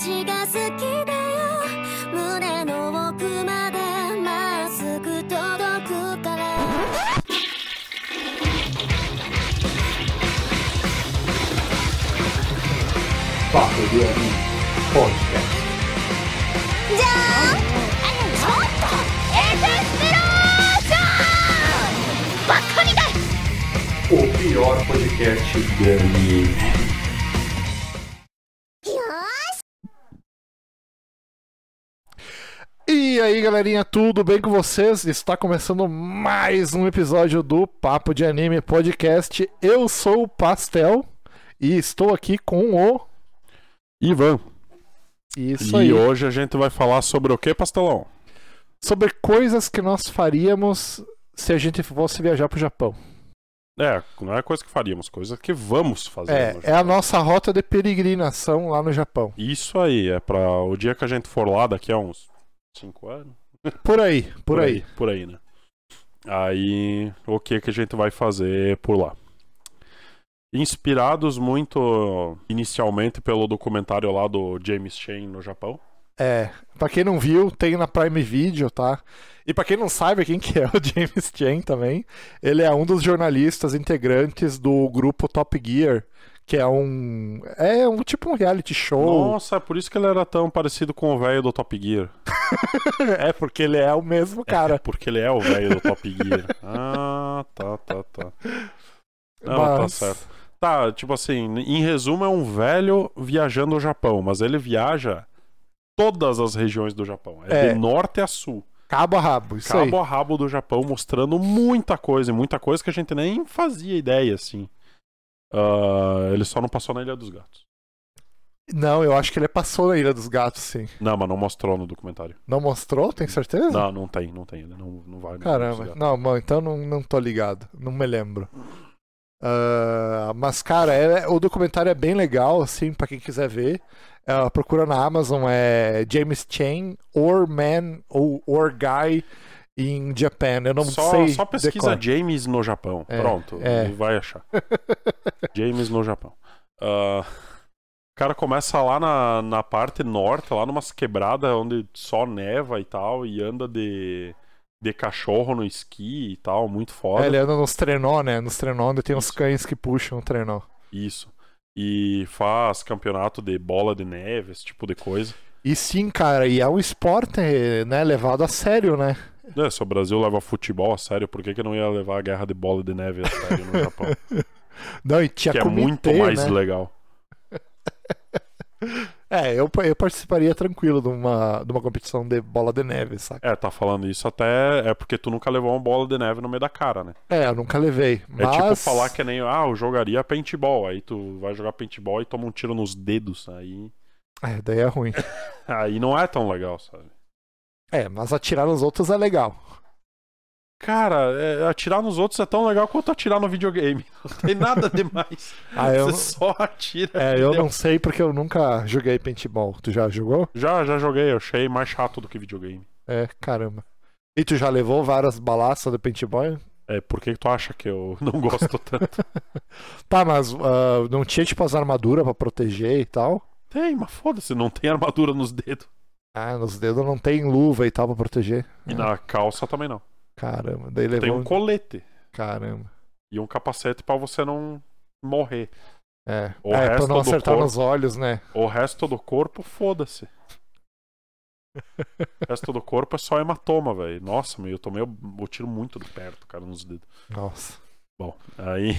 私が好きだよ胸の奥までまっすぐ届くから Papo de Anime Podcast. じゃーんちょっとエクスプロージョンバカみたい O pior podcast de anime. よ E aí, galerinha, tudo bem com vocês? Está começando mais um episódio do Papo de Anime Podcast. Eu sou o Pastel e estou aqui com o Ivan. Isso E aí. hoje a gente vai falar sobre o que, Pastelão? Sobre coisas que nós faríamos se a gente fosse viajar pro Japão. É, não é coisa que faríamos, coisa que vamos fazer. no É a Japão. nossa rota de peregrinação lá no Japão. Isso aí, é pra o dia que a gente for lá, daqui a uns 5 anos. Por aí, por aí. Por aí, né? Aí, o que a gente vai fazer por lá? Inspirados muito inicialmente pelo documentário lá do James Chan no Japão. É, pra quem não viu, tem na Prime Video, tá? E pra quem não sabe quem que é o James Chan também, ele é um dos jornalistas integrantes do grupo Top Gear, que é um tipo um reality show. Nossa, é por isso que ele era tão parecido com o velho do Top Gear. É, porque ele é o mesmo cara. Porque ele é o velho do Top Gear. Ah, tá. Não, tá Mas- certo. Tá, tipo assim, em resumo, é um velho viajando ao Japão, mas ele viaja todas as regiões do Japão. É É. de norte a sul. Cabo a rabo, isso Cabo aí. a rabo do Japão, mostrando muita coisa que a gente nem fazia ideia, assim. Ele só não passou na Ilha dos Gatos. Não, eu acho que ele passou na Ilha dos Gatos, sim. Não, mas não mostrou no documentário. Não mostrou? Tem certeza? Não tem. Ele não vai na Ilha dos Caramba, Gatos. não, mano, então não tô ligado, não me lembro. Mas, cara, o documentário é bem legal, assim, pra quem quiser ver. Procura na Amazon, é James Chan, or Man, ou or Guy in Japan. Eu não sei. Só pesquisa decor. James no Japão. É, Pronto, é. vai achar. James no Japão. O cara começa lá na parte norte, lá numas quebradas onde só neva e tal, e anda de cachorro no esqui e tal, muito foda. Ele anda nos trenó, né? Nos trenó onde tem uns Isso. cães que puxam o trenó. Isso. E faz campeonato de bola de neve, esse tipo de coisa. E sim, cara, e é um esporte, né, levado a sério, né? Se o Brasil leva futebol a sério, por que não ia levar a guerra de bola de neve a sério no Japão? Não, e tinha Que é comitê, muito mais né? legal. Eu participaria tranquilo de uma competição de bola de neve, saca? Tá falando isso até é porque tu nunca levou uma bola de neve no meio da cara, né? Eu nunca levei. É Mas... tipo falar que nem, eu jogaria paintball. Aí tu vai jogar paintball e toma um tiro nos dedos. daí é ruim. Aí não é tão legal, sabe? Mas atirar nos outros é legal. Cara, atirar nos outros é tão legal quanto atirar no videogame. Não tem nada demais. Eu Você só atira. eu não sei porque eu nunca joguei paintball. Tu já jogou? Já joguei, eu achei mais chato do que videogame. Caramba. E tu já levou várias balaças de paintball? Por que tu acha que eu não gosto tanto? Tá, mas não tinha tipo as armaduras pra proteger e tal? Tem, mas foda-se, não tem armadura nos dedos. Nos dedos não tem luva e tal pra proteger. E na calça também não. Caramba, daí Tem levou. um colete Caramba. e um capacete pra você não morrer. O Pra resto não do acertar corpo- nos olhos, né? O resto do corpo, foda-se. O resto do corpo é só hematoma, velho. Nossa, eu tomei o tiro muito de perto, cara, nos dedos. Nossa. Bom, aí.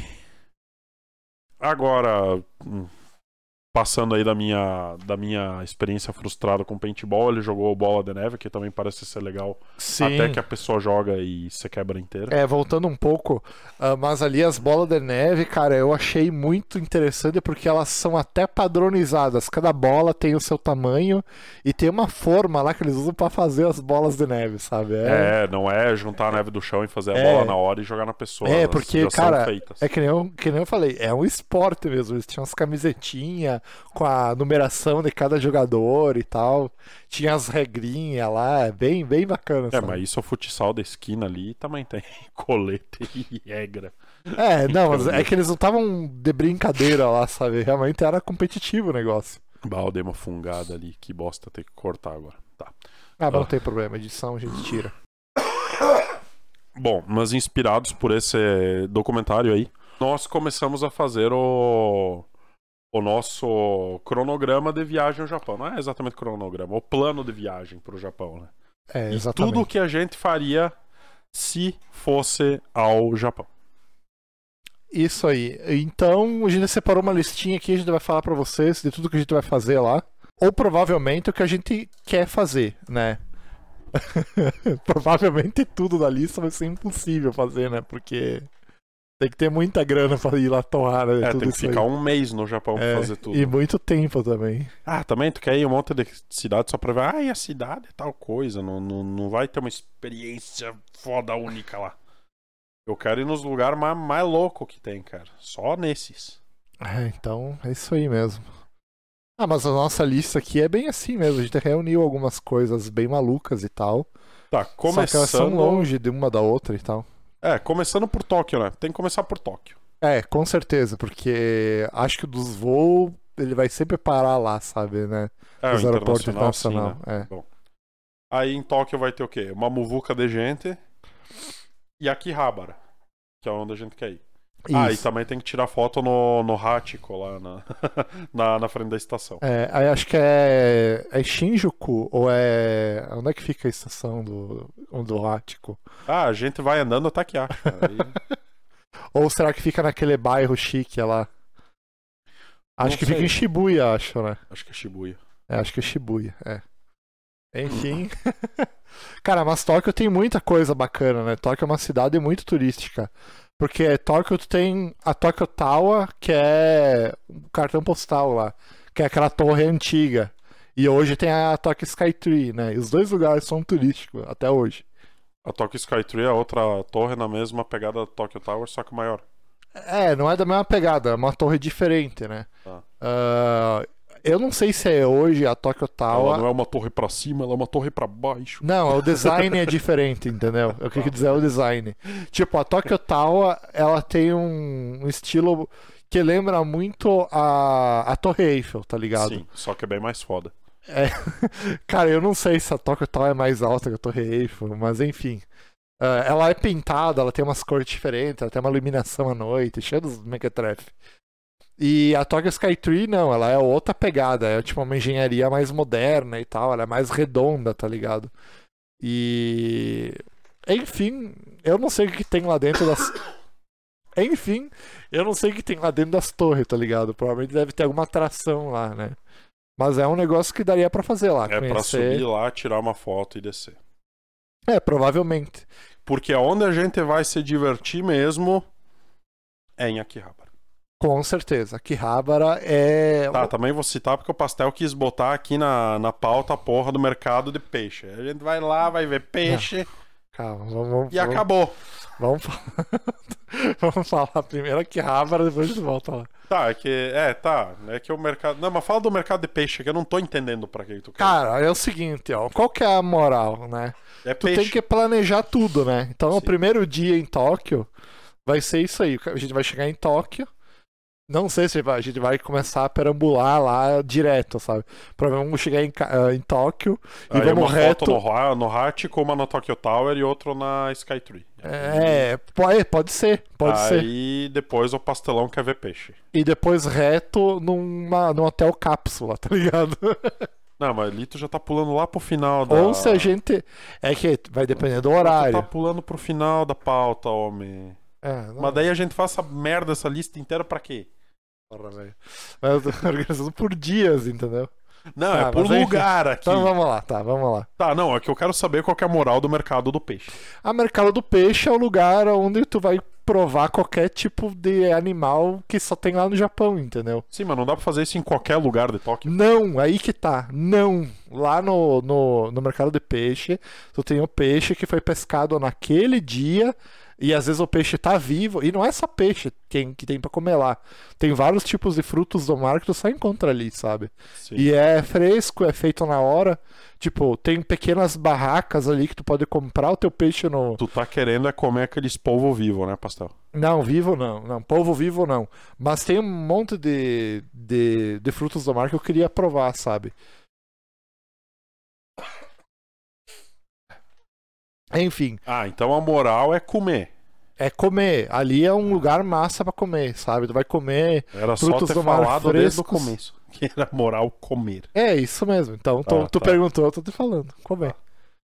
Agora, passando aí da minha experiência frustrada com paintball, ele jogou bola de neve, que também parece ser legal. Sim. Até que a pessoa joga e se quebra inteira. Voltando um pouco, mas ali as bolas de neve, cara, eu achei muito interessante porque elas são até padronizadas. Cada bola tem o seu tamanho e tem uma forma lá que eles usam pra fazer as bolas de neve, sabe? Não é juntar a neve do chão e fazer a bola na hora e jogar na pessoa. Elas Porque, já são cara, feitas. que nem eu falei, é um esporte mesmo. Eles tinham as camisetinhas com a numeração de cada jogador e tal. Tinha as regrinhas lá, é bem bacana. sabe? Mas isso é o futsal da esquina ali também tem colete e regra. Não, mas é que eles não estavam de brincadeira lá, sabe? Realmente era competitivo o negócio. Bah, eu dei uma fungada ali, que bosta, ter que cortar agora. Tá. Ah, mas não tem problema, edição a gente tira. Bom, mas inspirados por esse documentário aí, nós começamos a fazer o nosso cronograma de viagem ao Japão. Não é exatamente cronograma, o plano de viagem pro Japão, né? É, E exatamente. tudo o que a gente faria se fosse ao Japão. Isso aí. Então, a gente separou uma listinha aqui, a gente vai falar pra vocês de tudo que a gente vai fazer lá. Ou provavelmente o que a gente quer fazer, né? Provavelmente tudo da lista vai ser impossível fazer, né? Porque tem que ter muita grana pra ir lá torrar, né? Tudo Tem que isso ficar aí. um mês no Japão pra fazer tudo. E muito tempo também. Ah, também tu quer ir um monte de cidade só pra ver. Ah, e a cidade é tal coisa. Não vai ter uma experiência foda única lá. Eu quero ir nos lugares mais loucos que tem, cara. Só nesses. Então, é isso aí mesmo. Ah, mas a nossa lista aqui é bem assim mesmo. A gente reuniu algumas coisas bem malucas e tal. Tá, Só que começando. elas são longe de uma da outra e tal. Começando por Tóquio, né? Tem que começar por Tóquio. Com certeza, porque acho que dos voos ele vai sempre parar lá, sabe, né? O Os aeroportos internacional, internacional. sim, né? Bom. Aí em Tóquio vai ter o quê? Uma muvuca de gente e Akihabara, que é onde a gente quer ir. E Isso. também tem que tirar foto no Hachiko lá na frente da estação. Aí acho que é Shinjuku ou é... Onde é que fica a estação do Ático? A gente vai andando até que acha. Aí... Ou será que fica naquele bairro chique lá? Acho Não que sei. fica em Shibuya, acho, né? Acho que é Shibuya. Acho que é Shibuya, Enfim. Cara, mas Tóquio tem muita coisa bacana, né? Tóquio é uma cidade muito turística. Porque Tóquio tu tem a Tokyo Tower, que é um cartão postal lá. Que é aquela torre antiga. E hoje tem a Tokyo Skytree, né? E os dois lugares são turísticos até hoje. A Tokyo Skytree é outra torre na mesma pegada da Tokyo Tower, só que maior. Não é da mesma pegada, é uma torre diferente, né? Ah. Eu não sei se é hoje a Tokyo Tower. Ela não é uma torre pra cima, ela é uma torre pra baixo. Não, o design é diferente, entendeu? O que eu quero dizer é o design. Tipo, a Tokyo Tower, ela tem um estilo que lembra muito a Torre Eiffel, tá ligado? Sim, só que é bem mais foda. Cara, eu não sei se a Tokyo Tower é mais alta que a Torre Eiffel, mas enfim. Ela é pintada, ela tem umas cores diferentes, ela tem uma iluminação à noite, cheia dos mequetrefe. E a Tokyo Skytree, não, ela é outra pegada, é tipo uma engenharia mais moderna e tal, ela é mais redonda, tá ligado? E... Enfim, eu não sei o que tem lá dentro das... Enfim, eu não sei o que tem lá dentro das torres, tá ligado? Provavelmente deve ter alguma atração lá, né? Mas é um negócio que daria pra fazer lá, Pra conhecer... subir lá, tirar uma foto e descer. Provavelmente. Porque onde a gente vai se divertir mesmo é em Akihabara. Com certeza. Akihabara é... Tá, também vou citar porque o Pastel quis botar aqui na pauta a porra do mercado de peixe. A gente vai lá, vai ver peixe Calma, vamos... acabou. Vamos falar... vamos falar primeiro Akihabara, depois a gente volta lá. Tá, é que o mercado... Não, mas fala do mercado de peixe, que eu não tô entendendo pra que tu quer. Cara, é o seguinte, ó. Qual que é a moral, né? É Tu peixe. tem que planejar tudo, né? Então, o Sim. primeiro dia em Tóquio vai ser isso aí. A gente vai chegar em Tóquio. Não sei se a gente vai começar a perambular lá direto, sabe? Provavelmente vamos chegar em Tóquio e Aí vamos uma reto. foto no Hachiko, uma na Tokyo Tower e outra na Skytree. Pode ser. Aí depois o pastelão quer ver peixe. E depois reto num hotel cápsula, tá ligado? Não, mas ali tu já tá pulando lá pro final da... Ou se a gente. É que vai depender do Tu horário. tá pulando pro final da pauta, homem. Não, Mas daí a gente faz essa merda, essa lista inteira pra quê? porra, velho. Mas eu tô organizando por dias, entendeu? Não, Tá, é por mas enfim. lugar aqui. Então vamos lá. Tá, não, é que eu quero saber qual que é a moral do mercado do peixe. A Mercado do Peixe é o lugar onde tu vai provar qualquer tipo de animal que só tem lá no Japão, entendeu? Sim, mas não dá pra fazer isso em qualquer lugar de Tóquio. Não, aí que tá. Não. Lá no Mercado de Peixe, tu tem o peixe que foi pescado naquele dia E às vezes o peixe tá vivo, e não é só peixe que tem pra comer lá. Tem vários tipos de frutos do mar que tu só encontra ali, sabe? Sim. E é fresco, é feito na hora. Tipo, tem pequenas barracas ali que tu pode comprar o teu peixe no... Tu tá querendo é comer aqueles polvo vivo, né, Pastel? Não, vivo não. Não, polvo vivo não. Mas tem um monte de frutos do mar que eu queria provar, sabe? Enfim, Ah, então a moral é comer. é comer. Ali é um lugar massa pra comer, sabe? Tu vai comer Era frutos só ter do mar falado desde o frescos. começo. Que era moral comer. É isso mesmo. Então, Ah, tu tá. perguntou, eu tô te falando. Comer.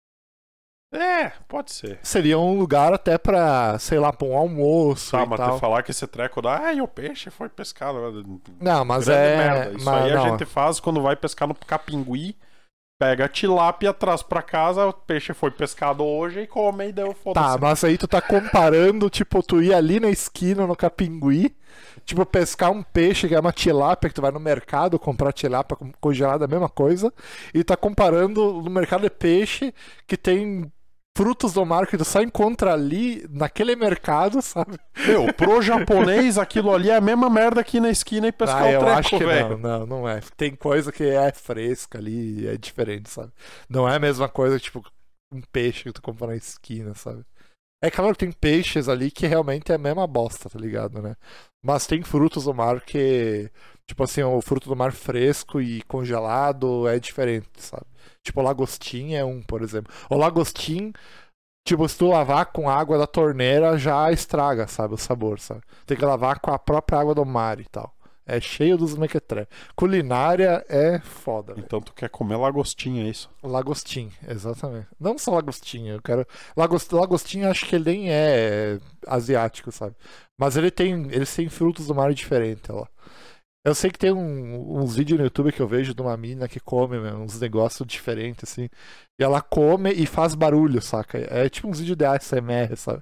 É, pode ser. Seria um lugar até pra, sei lá, pra um almoço Tá, e mas tal. tu falar que esse treco da... e o peixe foi pescado. Não, mas Grande é... merda. Isso mas aí não. a gente faz quando vai pescar no Capingui. Pega a tilápia, traz pra casa, o peixe foi pescado hoje e come e deu Tá, foda-se. mas aí tu tá comparando, tipo, tu ir ali na esquina, no Capingui, tipo, pescar um peixe que é uma tilápia, que tu vai no mercado comprar tilápia congelada, a mesma coisa, e tá comparando no mercado de peixe que tem frutos do mar que tu só encontra ali, naquele mercado, sabe? Meu, pro japonês aquilo ali é a mesma merda aqui na esquina e pescar o eu treco, acho que velho. não é. Tem coisa que é fresca ali, é diferente, sabe? Não é a mesma coisa, tipo, um peixe que tu compra na esquina, sabe? É claro que tem peixes ali que realmente é a mesma bosta, tá ligado, né? Mas tem frutos do mar que, tipo assim, o fruto do mar fresco e congelado é diferente, sabe? Tipo, o lagostim é um, por exemplo. O lagostim, tipo, se tu lavar com água da torneira, já estraga, sabe, o sabor, sabe? Tem que lavar com a própria água do mar e tal. É cheio dos mequetré. Culinária é foda, velho. Então tu quer comer lagostinho, é isso? Lagostim, exatamente. Não só lagostim, eu quero... Lagostim acho que ele nem é asiático, sabe? Mas eles têm frutos do mar diferentes, ó. Eu sei que tem uns vídeos no YouTube que eu vejo de uma mina que come, meu, uns negócios diferentes, assim. E ela come e faz barulho, saca? É tipo uns vídeos de ASMR, sabe?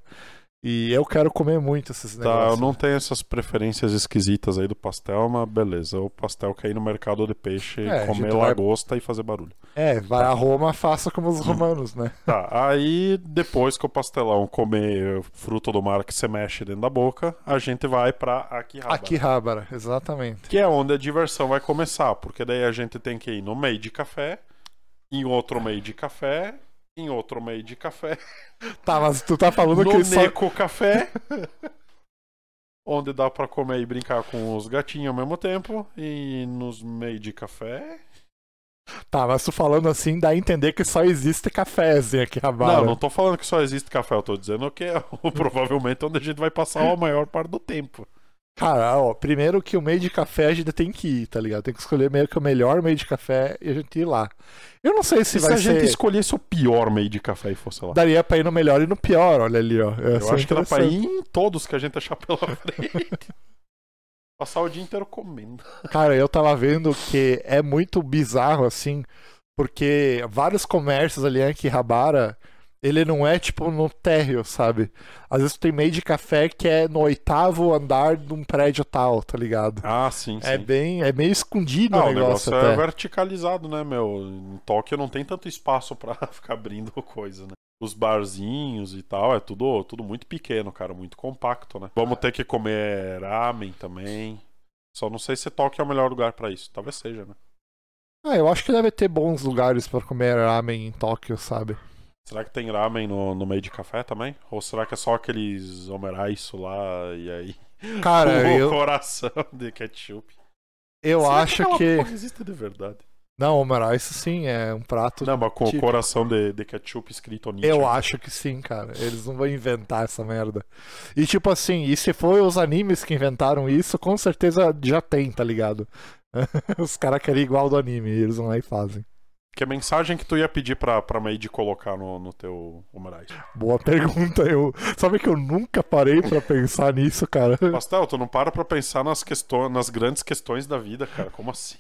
E eu quero comer muito esses Tá, negócios. eu não tenho essas preferências esquisitas aí do pastel, mas beleza. O pastel quer ir no mercado de peixe, É, a comer gente vai- lagosta e fazer barulho. É, vai a Roma, faça como os romanos, né? Tá, aí depois que o pastelão comer fruto do mar que se mexe dentro da boca, a gente vai pra Akihabara. Akihabara, exatamente. Que é onde a diversão vai começar, porque daí a gente tem que ir no meio de café, em outro meio de café, em outro meio de café, Tá, mas tu tá falando no que só... Neco Café, onde dá pra comer e brincar com os gatinhos ao mesmo tempo, e nos meio de café... Tá, mas tu falando assim dá a entender que só existe cafés em Akihabara. Não tô falando que só existe café, eu tô dizendo que é provavelmente onde a gente vai passar a maior parte do tempo. Cara, ó, primeiro que o meio de café a gente tem que ir, tá ligado? Tem que escolher meio que o melhor meio de café e a gente ir lá. Eu não sei se E se vai a gente ser... escolhesse o pior meio de café e fosse lá? Daria pra ir no melhor e no pior, olha ali, ó. Eu acho que dá pra ir em todos que a gente achar pela frente. Passar o dia inteiro comendo. Cara, eu tava vendo que é muito bizarro, assim, porque vários comércios ali em Akihabara, ele não é tipo no térreo, sabe? Às vezes tu tem meio de café que é no 8º andar de um prédio tal, tá ligado? Ah, sim, sim. É meio escondido Ah, o o negócio negócio até. é verticalizado, né, meu? Em Tóquio não tem tanto espaço pra ficar abrindo coisa, né? Os barzinhos e tal, é tudo muito pequeno, cara, muito compacto, né? Vamos ter que comer ramen também. Só não sei se Tóquio é o melhor lugar pra isso. Talvez seja, né? Ah, eu acho que deve ter bons lugares pra comer ramen em Tóquio, sabe? Será que tem ramen no meio de café também? Ou será que é só aqueles omeraiço lá e aí... Cara, o coração de ketchup. eu Será acho aquela que... porra existe de verdade? Não, omerai, isso sim, é um prato... Não, mas com o típico. coração de ketchup escrito Nietzsche. Eu acho que sim, cara. Eles não vão inventar essa merda. E tipo assim, e se for os animes que inventaram isso, com certeza já tem, tá ligado? Os caras querem igual do anime, e eles vão lá e fazem. Que mensagem que tu ia pedir pra Meide colocar no teu omerai? Boa pergunta, sabe que eu nunca parei pra pensar nisso, cara. Pastel, tu não para pra pensar nas grandes questões da vida, cara. Como assim?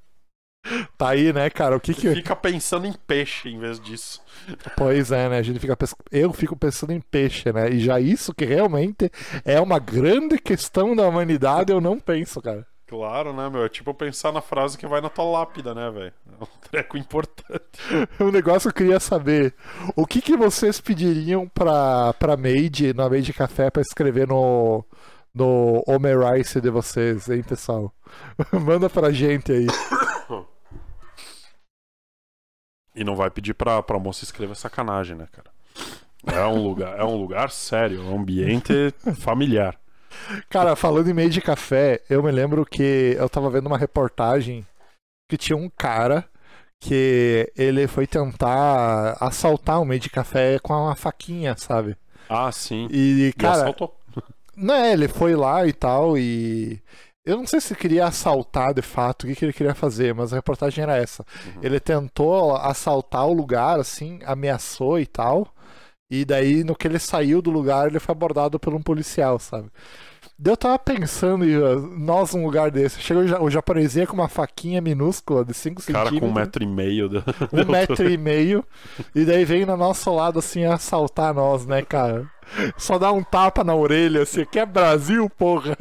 Tá aí, né, cara? O que que... Fica pensando em peixe em vez disso. Pois é, né? A gente fica Eu fico pensando em peixe, né? E já isso que realmente é uma grande questão da humanidade, eu não penso, cara. Claro, né, meu? É tipo pensar na frase que vai na tua lápida, né, velho? É um treco importante. Um negócio que eu queria saber. O que vocês pediriam pra Made, na Made Café, pra escrever no Homer Rice de vocês, hein, pessoal? Manda pra gente aí. E não vai pedir pra moça escrever sacanagem, né, cara? É um lugar sério, é um ambiente familiar. Cara, falando em Made Café, eu me lembro que eu tava vendo uma reportagem que tinha um cara que ele foi tentar assaltar o Made Café com uma faquinha, sabe? Ah, sim. E, cara, assaltou. né, ele foi lá e tal, e eu não sei se queria assaltar de fato, o que ele queria fazer, mas a reportagem era essa. Ele tentou assaltar o lugar, assim, ameaçou e tal, e daí no que ele saiu do lugar, ele foi abordado por um policial, sabe? Daí eu tava pensando em nós num lugar desse. Chega o japonesinho com uma faquinha minúscula de 5 Cara centímetros. com 1,5 m. 1,5 m. E daí vem no nosso lado assim assaltar nós, né, cara? Só dá um tapa na orelha assim. Aqui é Brasil, porra.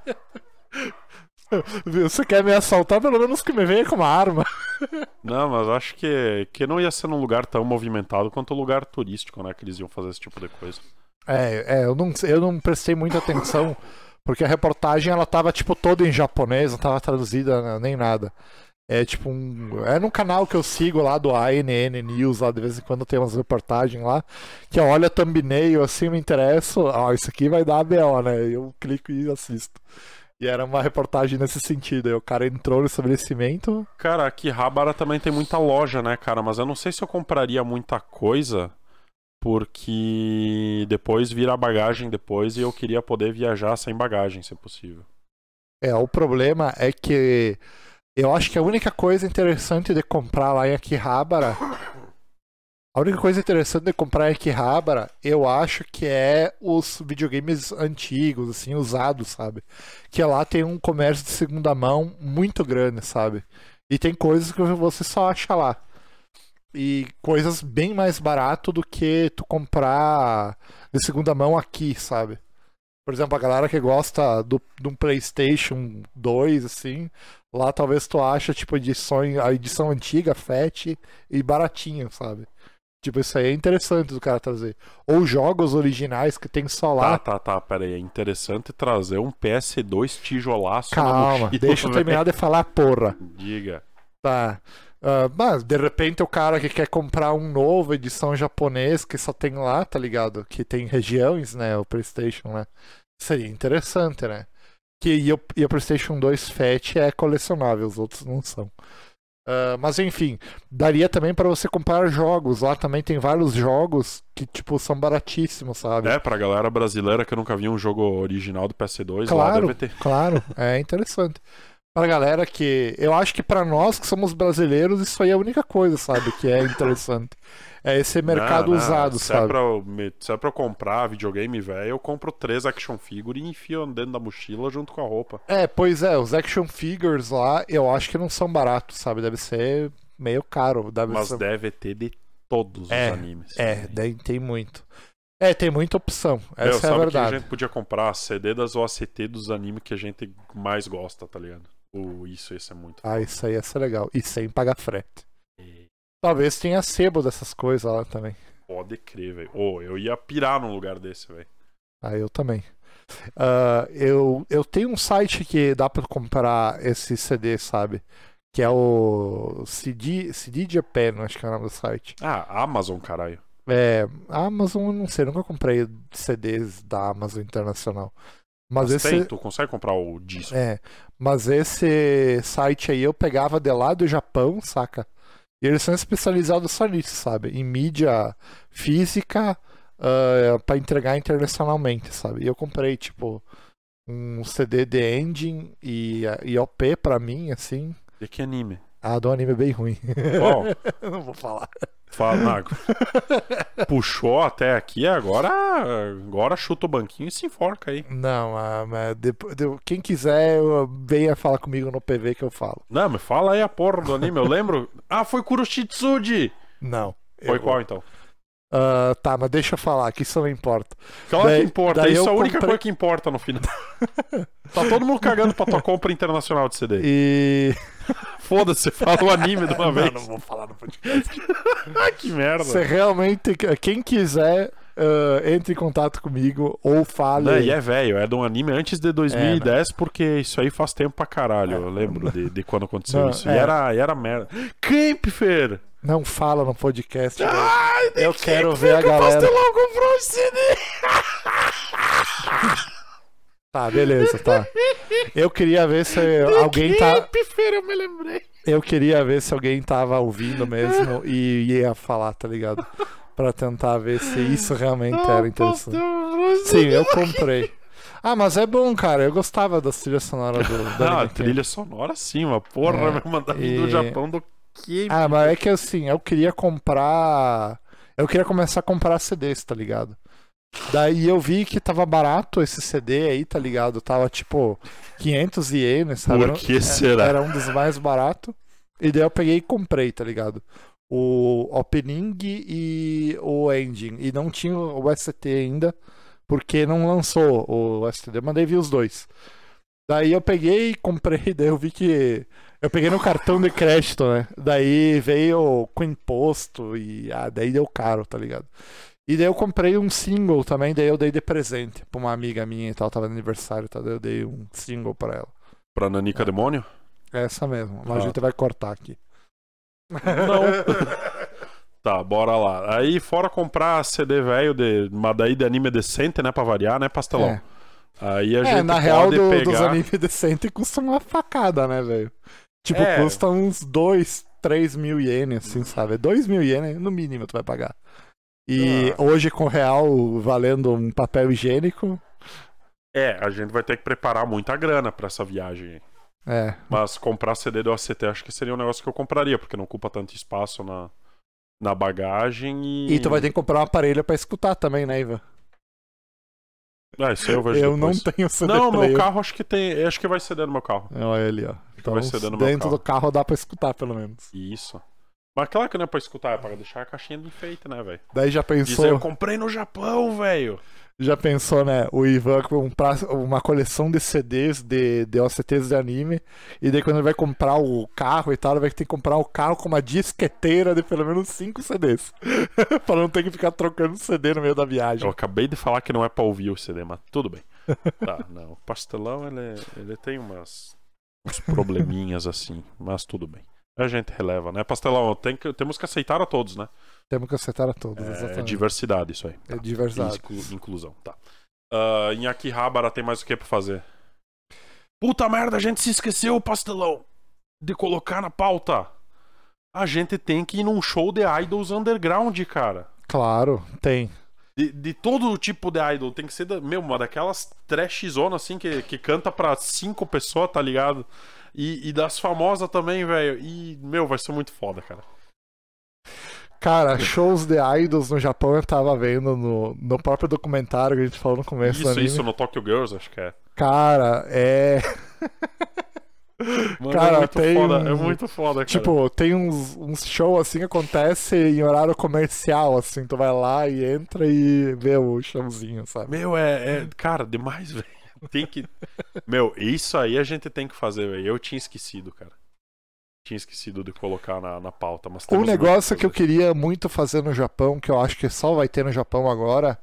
Você quer me assaltar? Pelo menos que me venha com uma arma. Não, mas acho que não ia ser num lugar tão movimentado quanto o lugar turístico, né? Que eles iam fazer esse tipo de coisa. Eu não prestei muita atenção, porque a reportagem ela tava tipo toda em japonês, não tava traduzida nem nada. É tipo é num canal que eu sigo lá do ANN News, lá de vez em quando tem umas reportagens lá, que eu olho a thumbnail assim, me interesso, isso aqui vai dar ABO, né? Eu clico e assisto. E era uma reportagem nesse sentido, aí o cara entrou no estabelecimento. Cara, aqui Habara também tem muita loja, né, cara? Mas eu não sei se eu compraria muita coisa, porque depois vira bagagem depois e eu queria poder viajar sem bagagem, se possível. O problema é que eu acho que a única coisa interessante de comprar lá em Akihabara, eu acho que é os videogames antigos, assim, usados, sabe? Que lá tem um comércio de segunda mão muito grande, sabe? E tem coisas que você só acha lá. E coisas bem mais barato do que tu comprar de segunda mão aqui, sabe? Por exemplo, a galera que gosta de um PlayStation 2, assim, lá talvez tu acha, tipo, a edição antiga, fat e baratinho, sabe? Tipo, isso aí é interessante do cara trazer. Ou jogos originais que tem só lá. Tá, pera aí. É interessante trazer um PS2 tijolaço na Calma, mochila, deixa eu terminar de falar, porra. Diga. Tá. Mas, de repente, o cara que quer comprar um novo, edição japonês, que só tem lá, tá ligado? Que tem regiões, né? O PlayStation, né? Seria interessante, né? E o PlayStation 2 Fat é colecionável, os outros não são. Mas enfim, daria também pra você comprar jogos. Lá também tem vários jogos que, tipo, são baratíssimos, sabe? Pra galera brasileira que nunca viu um jogo original do PS2, Claro, lá deve ter. claro, é interessante. Pra galera que... Eu acho que pra nós que somos brasileiros, isso aí é a única coisa, sabe? Que é interessante. É esse mercado usado, sabe? Se é pra eu comprar videogame, velho, eu compro 3 action figure e enfio dentro da mochila junto com a roupa. Pois é, os action figures lá, eu acho que não são baratos, sabe? Deve ser meio caro. Mas deve ter de todos os animes. Daí tem muito. Tem muita opção. Essa é a sabe verdade. que a gente podia comprar CD das OST dos animes que a gente mais gosta, tá ligado? Isso é muito foda. Isso aí ia ser legal. E sem pagar frete. Talvez tenha sebo dessas coisas lá também. Pode crer, velho. Eu ia pirar num lugar desse, velho. Eu também. Eu tenho um site que dá pra comprar esse CD, sabe? Que é o CD Japan, acho que é o nome do site. Amazon, caralho. A Amazon eu não sei, nunca comprei CDs da Amazon Internacional. Mas tu consegue comprar o disco. Mas esse site aí eu pegava de lá do Japão, saca? E eles são especializados só nisso, sabe? Em mídia física pra entregar internacionalmente, sabe? E eu comprei, tipo, um CD de Engine e OP pra mim, assim. E que anime? Do anime bem ruim. Qual? Não vou falar. Fala, Nago. Puxou até aqui, agora chuta o banquinho e se enforca aí. Não, mas quem quiser, venha falar comigo no PV que eu falo. Não, mas fala aí a porra do anime, eu lembro. Foi Kuroshitsuji! Não. Foi qual então? Tá, mas deixa eu falar, que isso não importa. Claro Daí- que importa, daí isso é eu a única comprei- coisa que importa no final. Tá todo mundo cagando pra tua compra internacional de CD. E. Foda-se, fala o anime de uma vez. Não vou falar no podcast. Ah, que merda. Você realmente. Quem quiser, entre em contato comigo ou fale. Não, e é velho, é de um anime antes de 2010, porque isso aí faz tempo pra caralho. Eu lembro de quando aconteceu Não, isso. é. E era merda. Kemper! Não fala no podcast. velho. Ai, de Eu quero Kemper ver a que o galera. Pastelão comprou esse CD! Tá, beleza, tá. Eu queria ver se alguém tá. Kemper, eu me lembrei. Eu queria ver se alguém tava ouvindo mesmo e ia falar, tá ligado? Pra tentar ver se isso realmente era interessante. Sim, eu comprei. Ah, mas é bom, cara. Eu gostava da trilha sonora da Ah, a Anime Ken. trilha sonora sim, uma porra, vai mandar vir do e- Japão do Kemper. Ah, mas é que assim, eu queria comprar. Eu queria começar a comprar CDs, tá ligado? Daí eu vi que tava barato esse CD aí, tá ligado? Tava tipo 500 ienes, sabe? Por que será? Era um dos mais baratos. E daí eu peguei e comprei, tá ligado? O opening e o ending. E não tinha o ST ainda, porque não lançou o ST. Eu mandei vir os dois. Daí eu peguei e comprei, daí eu vi que. Eu peguei no cartão de crédito, né? Daí veio com imposto e. Daí deu caro, tá ligado? E daí eu comprei um single também, daí eu dei de presente pra uma amiga minha e tal, tava no aniversário, tá? Daí eu dei um single pra ela. Pra Nanica Demônio? É essa mesmo, mas a gente vai cortar aqui. Não. Tá, bora lá. Aí, fora comprar CD velho, mas daí de anime decente, né? Pra variar, né, Pastelão? É. Aí a gente Na real, pode dos pegar... animes decentes custa uma facada, né, velho? Tipo, É. custa uns 2, 3 mil ienes, assim, sabe? 2 mil ienes no mínimo tu vai pagar. E hoje com o real valendo um papel higiênico, A gente vai ter que preparar muita grana pra essa viagem. é. Mas comprar CD do ACT acho que seria um negócio que eu compraria, porque não ocupa tanto espaço na bagagem e... E tu vai ter que comprar um aparelho pra escutar também, né, Ivan? Isso aí eu vejo Eu depois. não tenho CD Não, player. meu carro acho que tem... Acho que vai CD no meu carro. Olha ele, ó. Então, vai ser no meu dentro carro. do carro dá pra escutar, pelo menos. Isso. Mas claro que não é pra escutar, é pra deixar a caixinha de enfeite, né, velho? Daí já Dizer, pensou, eu comprei no Japão, velho. né? O Ivan comprar uma coleção de CDs de OCTs de anime. E daí quando ele vai comprar o carro e tal, ele vai ter que comprar o carro com uma disqueteira de pelo menos 5 CDs. Pra não ter que ficar trocando CD no meio da viagem. Eu acabei de falar que não é pra ouvir o CD, mas tudo bem. Tá, não. O Pastelão, ele tem uns probleminhas assim, mas tudo bem. A gente releva, né? Pastelão, temos que aceitar a todos, né? Temos que acertar a todos, É exatamente. diversidade isso aí. É diversidade. Inclusão, tá. Em Akihabara tem mais o que pra fazer? Puta merda, a gente se esqueceu, Pastelão, de colocar na pauta. A gente tem que ir num show de idols underground, cara. Claro, tem. De todo tipo de idol. Tem que ser, uma daquelas trash zona assim que canta pra 5 pessoas, tá ligado? E das famosas também, velho. E, vai ser muito foda, cara. Cara, shows de idols no Japão eu tava vendo no próprio documentário que a gente falou no começo do anime. Isso no Tokyo Girls, acho que é. Cara, Mano, Cara, é muito tem foda, um- é muito foda, cara. Tipo, tem uns shows assim que acontece em horário comercial, assim, tu vai lá e entra e vê o showzinho, sabe? Cara, demais, velho. Tem que. Isso aí a gente tem que fazer, velho. Eu tinha esquecido, cara. Tinha esquecido de colocar na pauta. Mas Um temos muito negócio que que eu fazer. queria muito fazer no Japão, que eu acho que só vai ter no Japão agora,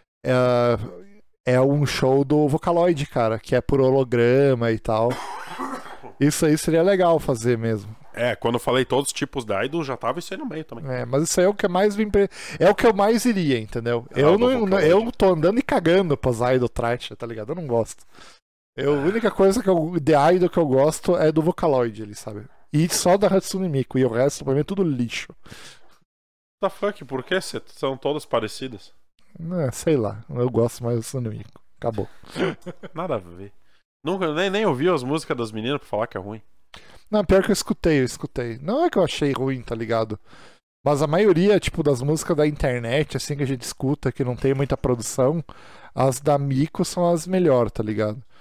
é um show do Vocaloid, cara, que é por holograma e tal. Isso aí seria legal fazer mesmo. Quando eu falei todos os tipos de idol, já tava isso aí no meio também. Mas isso aí é o que mais é o que eu mais iria, entendeu? do Vocaloid. Eu tô andando e cagando pros idol trash, tá ligado? Eu não gosto. A única coisa de idol que eu gosto é do Vocaloid, ele sabe? E só da Hatsune Miku, e o resto pra mim é tudo lixo. What the fuck? Por que são todas parecidas? Sei lá, eu gosto mais do Hatsune Miku. Acabou. Nada a ver. Nunca, nem ouvi as músicas das meninas pra falar que é ruim. Não, pior que eu escutei. Não é que eu achei ruim, tá ligado? Mas a maioria, tipo, das músicas da internet, assim, que a gente escuta, que não tem muita produção, as da Miku são as melhores, tá ligado?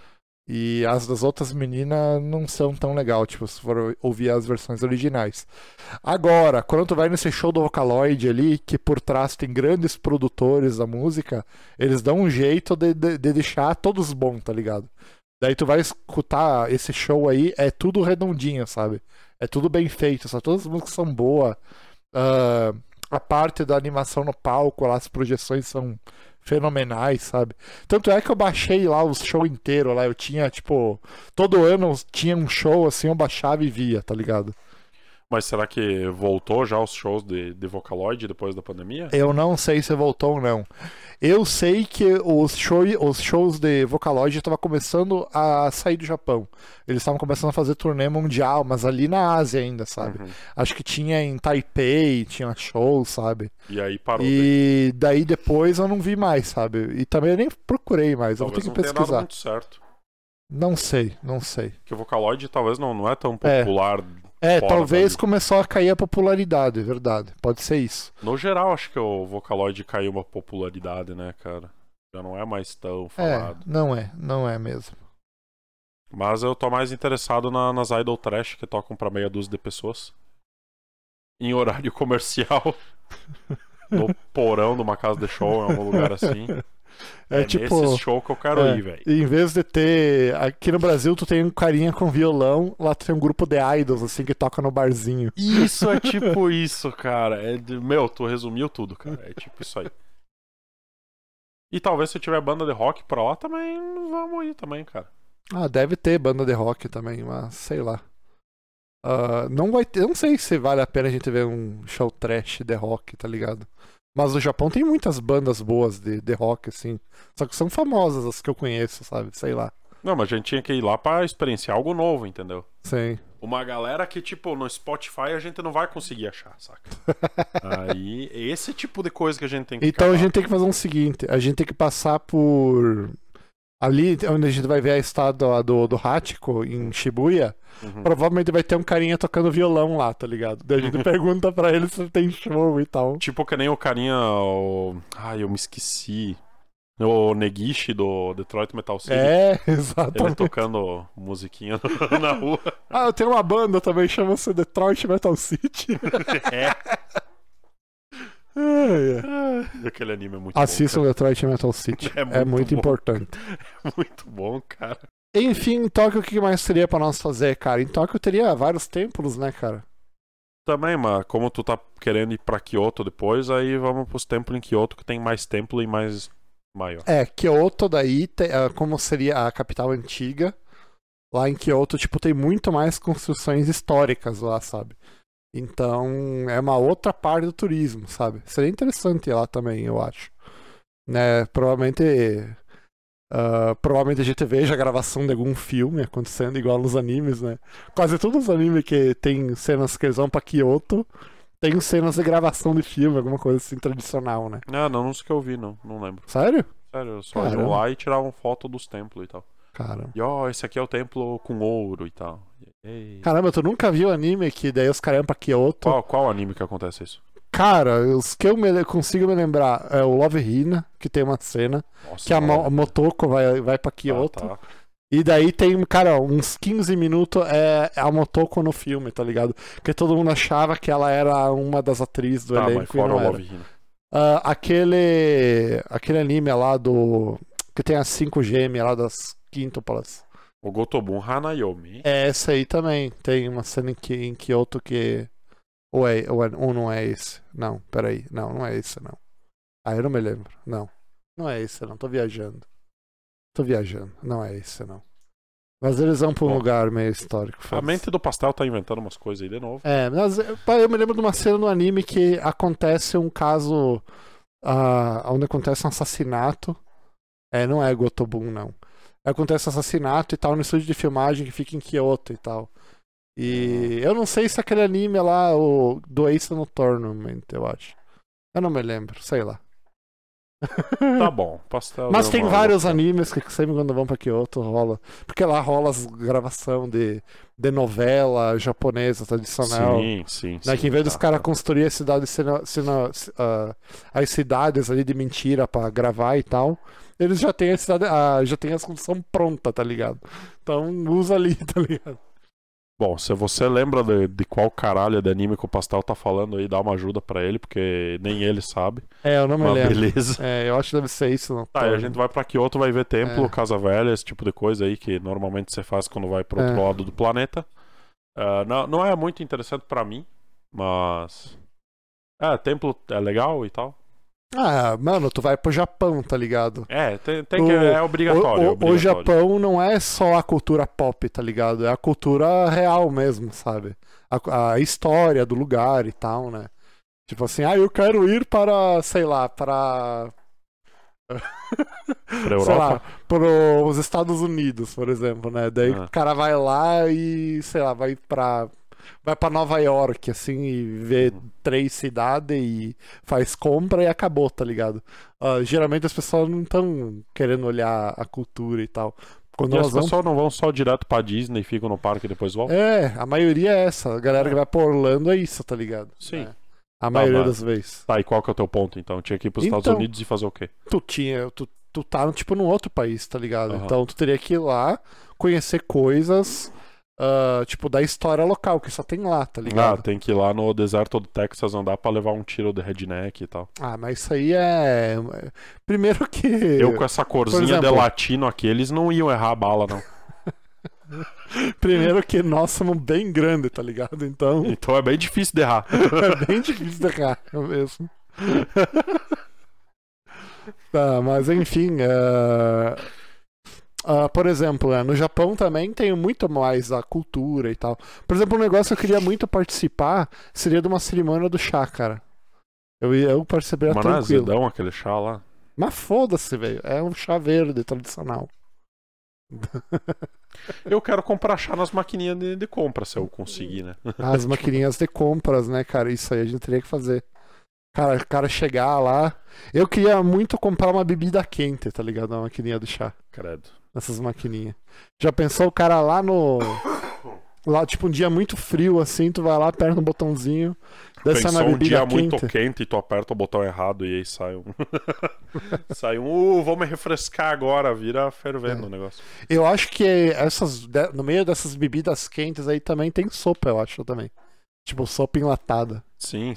E as das outras meninas não são tão legal, tipo, se for ouvir as versões originais. Agora, quando tu vai nesse show do Vocaloid ali, que por trás tem grandes produtores da música, eles dão um jeito de deixar todos bons, tá ligado? Daí tu vai escutar esse show aí, é tudo redondinho, sabe? É tudo bem feito, sabe? Todas as músicas são boas. A parte da animação no palco, lá, as projeções são fenomenais, sabe? Tanto é que eu baixei lá o show inteiro lá. Eu tinha, tipo, todo ano tinha um show assim, eu baixava e via, tá ligado? Mas será que voltou já os shows de Vocaloid depois da pandemia? Eu não sei se voltou ou não. Eu sei que os shows de Vocaloid estavam começando a sair do Japão. Eles estavam começando a fazer turnê mundial, mas ali na Ásia ainda, sabe? Uhum. Acho que tinha em Taipei, tinha shows, sabe? E aí parou. E daí depois eu não vi mais, sabe? E também eu nem procurei mais, Talvez eu vou ter que não tenha dado pesquisar. muito certo. Não sei. Porque o Vocaloid talvez não é tão popular. Fora Talvez dali. começou a cair a popularidade, verdade. Pode ser isso. No geral, acho que o Vocaloid caiu uma popularidade, né, cara? Já não é mais tão falado. Não é mesmo. Mas eu tô mais interessado nas Idol Trash que tocam pra meia dúzia de pessoas. Em horário comercial. No porão de uma casa de show, em algum lugar assim. É tipo, nesse show que eu quero ir, velho. Em vez de ter. Aqui no Brasil, tu tem um carinha com violão, lá tu tem um grupo de idols, assim, que toca no barzinho. Isso é tipo isso, cara. Meu, tu resumiu tudo, cara. É tipo isso aí. E talvez se tiver banda de rock pra lá também, vamos ir também, cara. Ah, deve ter banda de rock também, mas sei lá. Não vai ter. Eu não sei se vale a pena a gente ver um show trash de rock, tá ligado? Mas no Japão tem muitas bandas boas de rock, assim. Só que são famosas as que eu conheço, sabe? Sei lá. Não, mas a gente tinha que ir lá pra experienciar algo novo, entendeu? Sim. Uma galera que, tipo, no Spotify a gente não vai conseguir achar, saca? Aí, esse tipo de coisa que a gente tem que Então a gente tem que fazer o seguinte: a gente tem que passar por. Ali onde a gente vai ver a estátua do Hachiko, em Shibuya, provavelmente vai ter um carinha tocando violão lá, tá ligado? Daí a gente pergunta pra ele se tem show e tal. Tipo que nem o carinha. Ai, eu me esqueci. O Negishi do Detroit Metal City. Exatamente. Ele tocando musiquinha na rua. Eu tenho uma banda também, chama-se Detroit Metal City. Aquele anime é muito Assistam bom. Detroit Metal City. É muito importante. É muito bom, cara. Enfim, em Tóquio, o que mais seria pra nós fazer, cara? Em Tóquio teria vários templos, né, cara? Também, mas como tu tá querendo ir pra Kyoto depois, aí vamos pros templos em Kyoto, que tem mais templo e mais maior. Kyoto daí, como seria a capital antiga, lá em Kyoto, tipo, tem muito mais construções históricas lá, sabe? Então, é uma outra parte do turismo, sabe? Seria interessante ir lá também, eu acho. Né? Provavelmente a gente veja a gravação de algum filme acontecendo igual nos animes, né? Quase todos os animes que tem cenas que eles vão pra Kyoto tem cenas de gravação de filme, alguma coisa assim tradicional, né? Não sei que eu vi, não lembro. Sério? Sério, eu só iam lá e tiravam foto dos templos e tal. Caramba. E esse aqui é o templo com ouro e tal. Caramba, tu nunca viu anime que daí os caras iam pra Kyoto? Qual anime que acontece isso? Cara, os que eu consigo me lembrar é o Love Hina, que tem uma cena, Nossa, que a Motoko vai pra Kyoto. Tá. E daí tem, cara, uns 15 minutos é a Motoko no filme, tá ligado? Porque todo mundo achava que ela era uma das atrizes do elenco mas fora e não o era. Love Hina. Aquele anime lá que tem as 5 gêmeas lá das quíntuplas. O Gotobun Hanayomi. Essa aí também. Tem uma cena em Kyoto que... Ou não é esse? Não, peraí. Não é esse, não. Eu não me lembro. Não é esse, não. Tô viajando. Não é esse, não. Mas eles vão pra um lugar meio histórico. A mente do pastel tá inventando umas coisas aí de novo. Mas eu me lembro de uma cena no anime que acontece um caso onde acontece um assassinato. Não é Gotobun, não. Acontece um assassinato e tal no estúdio de filmagem que fica em Kyoto e tal. E eu não sei se aquele anime lá, o do Ace no Tournament, eu acho. Eu não me lembro, sei lá. Tá bom, pastel. Mas deu tem uma vários louca. animes que sempre quando vão pra Kyoto rola. Porque lá rola as gravação de novela japonesa tradicional. Sim. Né, que em vez dos tá, caras tá. construir as cidades ali de mentira pra gravar e tal, eles já têm a cidade, já tem a construção pronta, tá ligado? Então usa ali, tá ligado? Bom, se você lembra de qual caralho de anime que o Pastel tá falando aí, dá uma ajuda pra ele, porque nem ele sabe. Eu não me Mas lembro. beleza. Eu acho que deve ser isso. Não Tá, e a gente vai pra Kyoto, vai ver templo, É. casa velha, esse tipo de coisa aí que normalmente você faz quando vai pro outro É. lado do planeta. Não é muito interessante pra mim, mas. Templo é legal e tal. Mano, tu vai pro Japão, tá ligado? Tem que. É obrigatório. O Japão não é só a cultura pop, tá ligado? É a cultura real mesmo, sabe? A história do lugar e tal, né? Tipo assim, eu quero ir para, sei lá, para... Pra sei lá, Europa. para os Estados Unidos, por exemplo, né? Daí o cara vai lá e, sei lá, vai pra Nova York, assim, e vê 3 cidades e faz compra e acabou, tá ligado? Geralmente as pessoas não estão querendo olhar a cultura e tal. Quando E as elas vão... pessoas não vão só direto pra Disney e ficam no parque e depois voltam? A maioria é essa. A galera que vai pra Orlando é isso, tá ligado? Sim. A maioria mas- das vezes. Tá, e qual que é o teu ponto então? Tinha que ir pros Estados Então- Unidos e fazer o quê? Tu tá, tipo, num outro país, tá ligado? Aham. Então tu teria que ir lá conhecer coisas, tipo, da história local, que só tem lá, tá ligado? Tem que ir lá no deserto do Texas andar pra levar um tiro de redneck e tal. Mas isso aí é... Primeiro que... Eu com essa corzinha de exemplo- latino aqui, eles não iam errar a bala, não. Primeiro que nós somos bem grande, tá ligado? Então Então é bem difícil de errar. é bem difícil de errar mesmo. Tá, mas enfim, por exemplo, no Japão também tem muito mais a cultura e tal. Por exemplo, um negócio que eu queria muito participar seria de uma cerimônia do chá, cara. Eu participaria Mas não é tranquilo. azedão aquele chá lá. Mas foda-se, velho. É um chá verde tradicional. Eu quero comprar chá nas maquininhas de compra, se eu conseguir, né? As maquininhas de compras, né, cara? Isso aí a gente teria que fazer. Cara chegar lá. Eu queria muito comprar uma bebida quente, tá ligado? Na maquininha do chá. Credo. Nessas maquininhas. Já pensou o cara lá no. Lá, tipo, um dia muito frio assim, tu vai lá, aperta um botãozinho, desce uma Pensou um bebida dia quente. muito quente e tu aperta o botão errado e aí sai um. sai um. Vou me refrescar agora, vira fervendo o negócio. Eu acho que no meio dessas bebidas quentes aí também tem sopa, eu acho também. Tipo, sopa enlatada. Sim.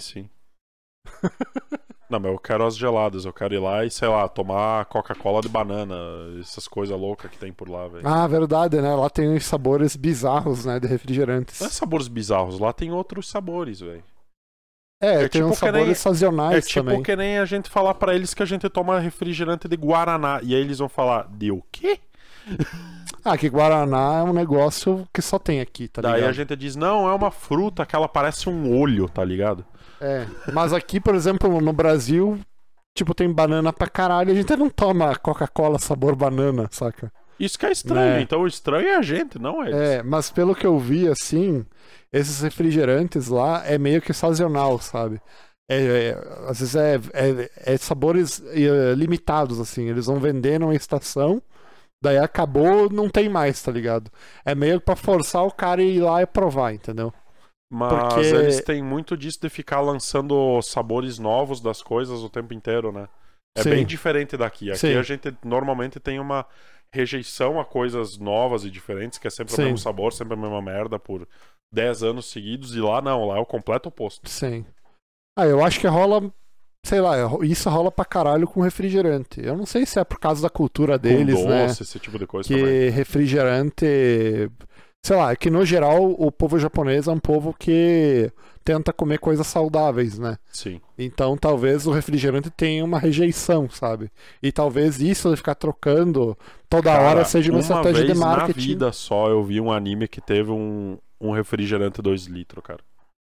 Não, mas eu quero as geladas, eu quero ir lá e, sei lá, tomar Coca-Cola de banana, essas coisas loucas que tem por lá, velho. Verdade, né? Lá tem uns sabores bizarros, né? De refrigerantes. Não é sabores bizarros, lá tem outros sabores, velho. Tem tipo uns que nem- sabores sazonais É tipo também. que nem a gente falar pra eles que a gente toma refrigerante de Guaraná, e aí eles vão falar, de o quê? Que Guaraná é um negócio que só tem aqui, tá Daí ligado? a gente diz, não, é uma fruta que ela parece um olho, tá ligado? Mas aqui, por exemplo, no Brasil, tipo, tem banana pra caralho. A gente não toma Coca-Cola sabor banana, saca? Isso que é estranho, Né? então o estranho é a gente, não eles. Mas pelo que eu vi, assim, esses refrigerantes lá é meio que sazonal, sabe? Às vezes é sabores limitados, assim. Eles vão vender numa estação, daí acabou, não tem mais, tá ligado? É meio pra forçar o cara a ir lá e provar, entendeu? Mas porque- eles têm muito disso de ficar lançando sabores novos das coisas o tempo inteiro, né? É Sim. bem diferente daqui. Aqui Sim. a gente normalmente tem uma rejeição a coisas novas e diferentes, que é sempre Sim. o mesmo sabor, sempre a mesma merda por 10 anos seguidos, e lá não, lá é o completo oposto. Sim. Eu acho que rola, sei lá, isso rola pra caralho com refrigerante. Eu não sei se é por causa da cultura deles, Com né? doce, esse tipo de coisa Que também. refrigerante. Sei lá, é que no geral o povo japonês é um povo que tenta comer coisas saudáveis, né? Sim. Então talvez o refrigerante tenha uma rejeição, sabe? E talvez isso de ficar trocando toda Cara, hora seja uma estratégia de vez marketing. na vida só eu vi um anime que teve um refrigerante 2 litros, cara.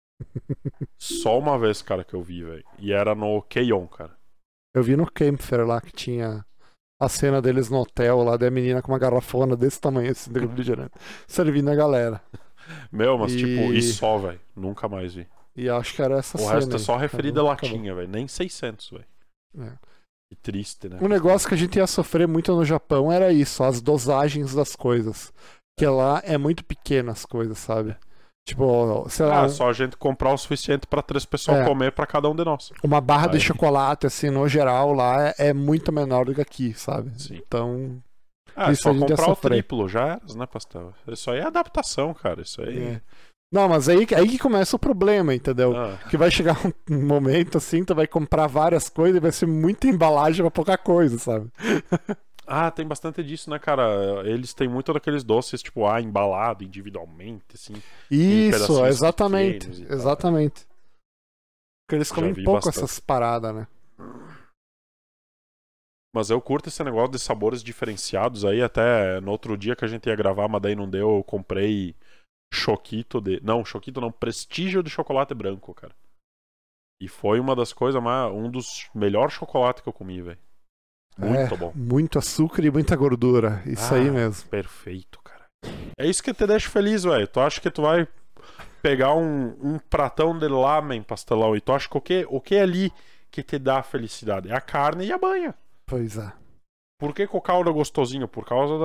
Só uma vez, cara, que eu vi, velho. E era no Keion, cara. Eu vi no Campfer lá que tinha a cena deles no hotel lá, da menina com uma garrafona desse tamanho assim de refrigerante, servindo a galera. Meu, mas E- tipo, e só, velho. Nunca mais vi. E acho que era essa O cena. resto é aí, só cara, refri de acabou. latinha, velho. Nem 600, velho. É. Que triste, né? Um negócio que a gente ia sofrer muito no Japão era isso, as dosagens das coisas. Que lá é muito pequena as coisas, sabe? Tipo, sei lá, Só a gente comprar o suficiente pra 3 pessoas É. comer pra cada um de nós. uma barra de Aí. chocolate, assim, no geral, lá é muito menor do que aqui, sabe? Sim. Então, É Isso só a gente ia comprar o sofrer. triplo, já era, né, Pastel? Isso aí é adaptação, cara. Isso aí. é. Não, mas aí que começa o problema, entendeu? Ah, Que vai chegar um momento assim, tu vai comprar várias coisas e vai ser muita embalagem pra pouca coisa, sabe? tem bastante disso, né, cara? Eles têm muito daqueles doces, tipo, embalado individualmente, assim. Isso, pedacinhos exatamente. pequenos e tal. Exatamente. Porque eles Já comem vi pouco bastante. essas paradas, né? Mas eu curto esse negócio de sabores diferenciados aí. Até no outro dia que a gente ia gravar, mas daí não deu, eu comprei Choquito de. Não, Choquito não, Prestígio de chocolate branco, cara. E foi uma das coisas mais. Um dos melhores chocolates que eu comi, velho. Muito bom. Muito açúcar e muita gordura. Isso aí mesmo. Perfeito, cara. É isso que te deixa feliz, velho. Tu acha que tu vai pegar um pratão de lamen, pastelão, e tu acha que o que é ali que te dá felicidade? É a carne e a banha. Pois é. Por que o caldo é gostosinho? Por causa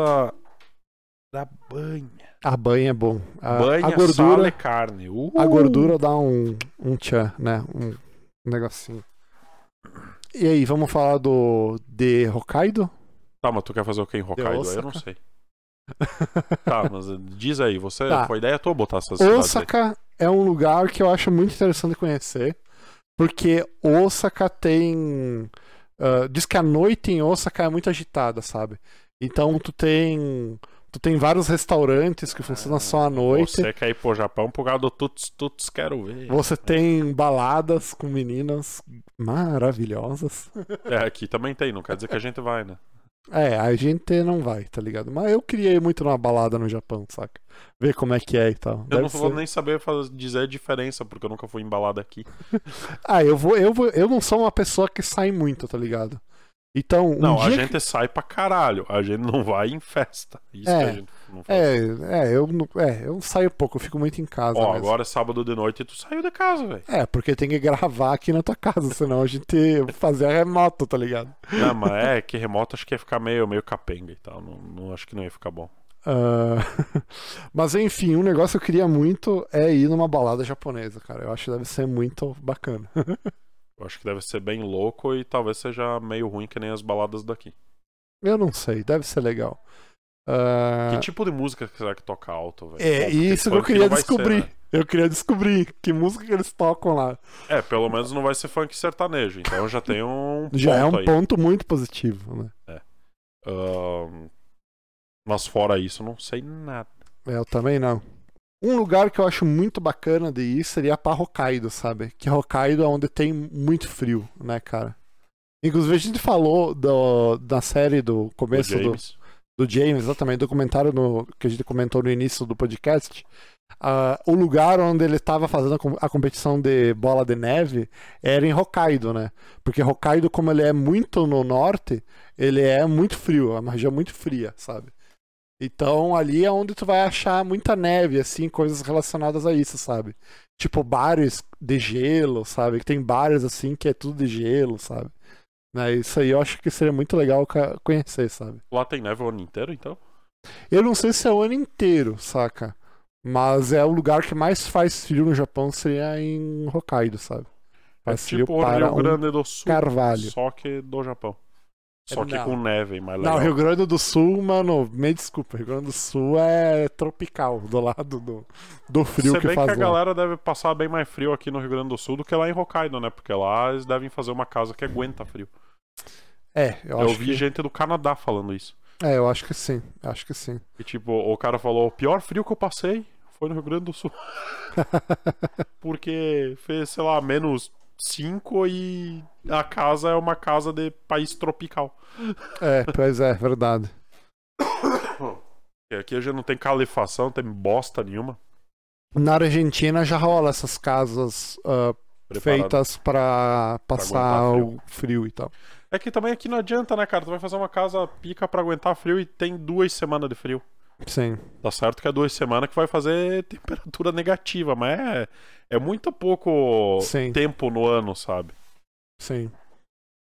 da banha. A banha é bom. Banha, a gordura, sal e carne. a gordura dá um tchan, né? Um negocinho. E aí, vamos falar de Hokkaido? Tá, mas tu quer fazer o que em Hokkaido? Aí eu Osaka. não sei. Tá, mas diz aí, Tá. foi ideia tua botar essas cidades aí. Osaka é um lugar que eu acho muito interessante de conhecer, porque Osaka tem... diz que a noite em Osaka é muito agitada, sabe? Então tu tem vários restaurantes que funcionam só à noite. Você quer ir pro Japão por causa do Tuts, quero ver. Você tem baladas com meninas maravilhosas. Aqui também tem, não quer dizer que a gente vai, né? A gente não vai, tá ligado? Mas eu queria ir muito numa balada no Japão, saca? Ver como é que é e tal. Eu Deve não vou ser. nem saber dizer a diferença, porque eu nunca fui embalado aqui. Eu não sou uma pessoa que sai muito, tá ligado? Então, Não, a dia gente sai pra caralho. A gente não vai em festa. Isso que a gente não faz. eu saio pouco, eu fico muito em casa. Ó, mesmo. agora é sábado de noite e tu saiu de casa, velho. Porque tem que gravar aqui na tua casa, senão a gente fazia remoto, tá ligado? Não, mas que remoto acho que ia ficar meio capenga e tal. Não acho que não ia ficar bom. Mas enfim, um negócio que eu queria muito é ir numa balada japonesa, cara. Eu acho que deve ser muito bacana. Eu acho que deve ser bem louco e talvez seja meio ruim que nem as baladas daqui. Eu não sei, deve ser legal. Que tipo de música será que toca alto, velho? É Bom, porque isso que eu funk queria não vai ser, descobrir. né? Eu queria descobrir que música que eles tocam lá. Pelo menos não vai ser funk sertanejo. Então já tem um Já é ponto um aí. ponto muito positivo, né? Mas fora isso, não sei nada. Eu também não. Um lugar que eu acho muito bacana de ir seria pra Hokkaido, sabe? Que Hokkaido é onde tem muito frio, né, cara? Inclusive a gente falou da série do começo do James, exatamente, documentário que a gente comentou no início do podcast. O lugar onde ele estava fazendo a competição de bola de neve era em Hokkaido, né? Porque Hokkaido, como ele é muito no norte, ele é muito frio, é uma região muito fria, sabe? Então ali é onde tu vai achar muita neve, assim, coisas relacionadas a isso, sabe? Tipo bares de gelo, sabe? Que tem bares assim que é tudo de gelo, sabe? Né? Isso aí eu acho que seria muito legal conhecer, sabe? Lá tem neve o ano inteiro, então? Eu não sei se é o ano inteiro, saca? Mas é o lugar que mais faz frio no Japão, seria em Hokkaido, sabe? Faz frio tipo o para Rio Grande do Sul, carvalho. só que do Japão. Só que Não. com neve, mais legal. Não, Rio Grande do Sul, mano, me desculpa, Rio Grande do Sul é tropical, do lado do frio Se que bem faz que a lá. galera deve passar bem mais frio aqui no Rio Grande do Sul do que lá em Hokkaido, né? Porque lá eles devem fazer uma casa que aguenta frio. Eu Eu acho vi que... gente do Canadá falando isso. eu acho que sim, acho que sim. E tipo, o cara falou, o pior frio que eu passei foi no Rio Grande do Sul. Porque fez, sei lá, -5 e a casa é uma casa de país tropical. Pois é, verdade. E aqui a gente não tem calefação, não tem bosta nenhuma. Na Argentina já rola essas casas Preparado. feitas pra passar aguentar o frio e tal. É que também aqui não adianta, né, cara? Tu vai fazer uma casa pica pra aguentar frio e tem 2 semanas de frio. Sim. Tá certo que é 2 semanas que vai fazer temperatura negativa, mas é muito pouco Sim. tempo no ano, sabe? Sim.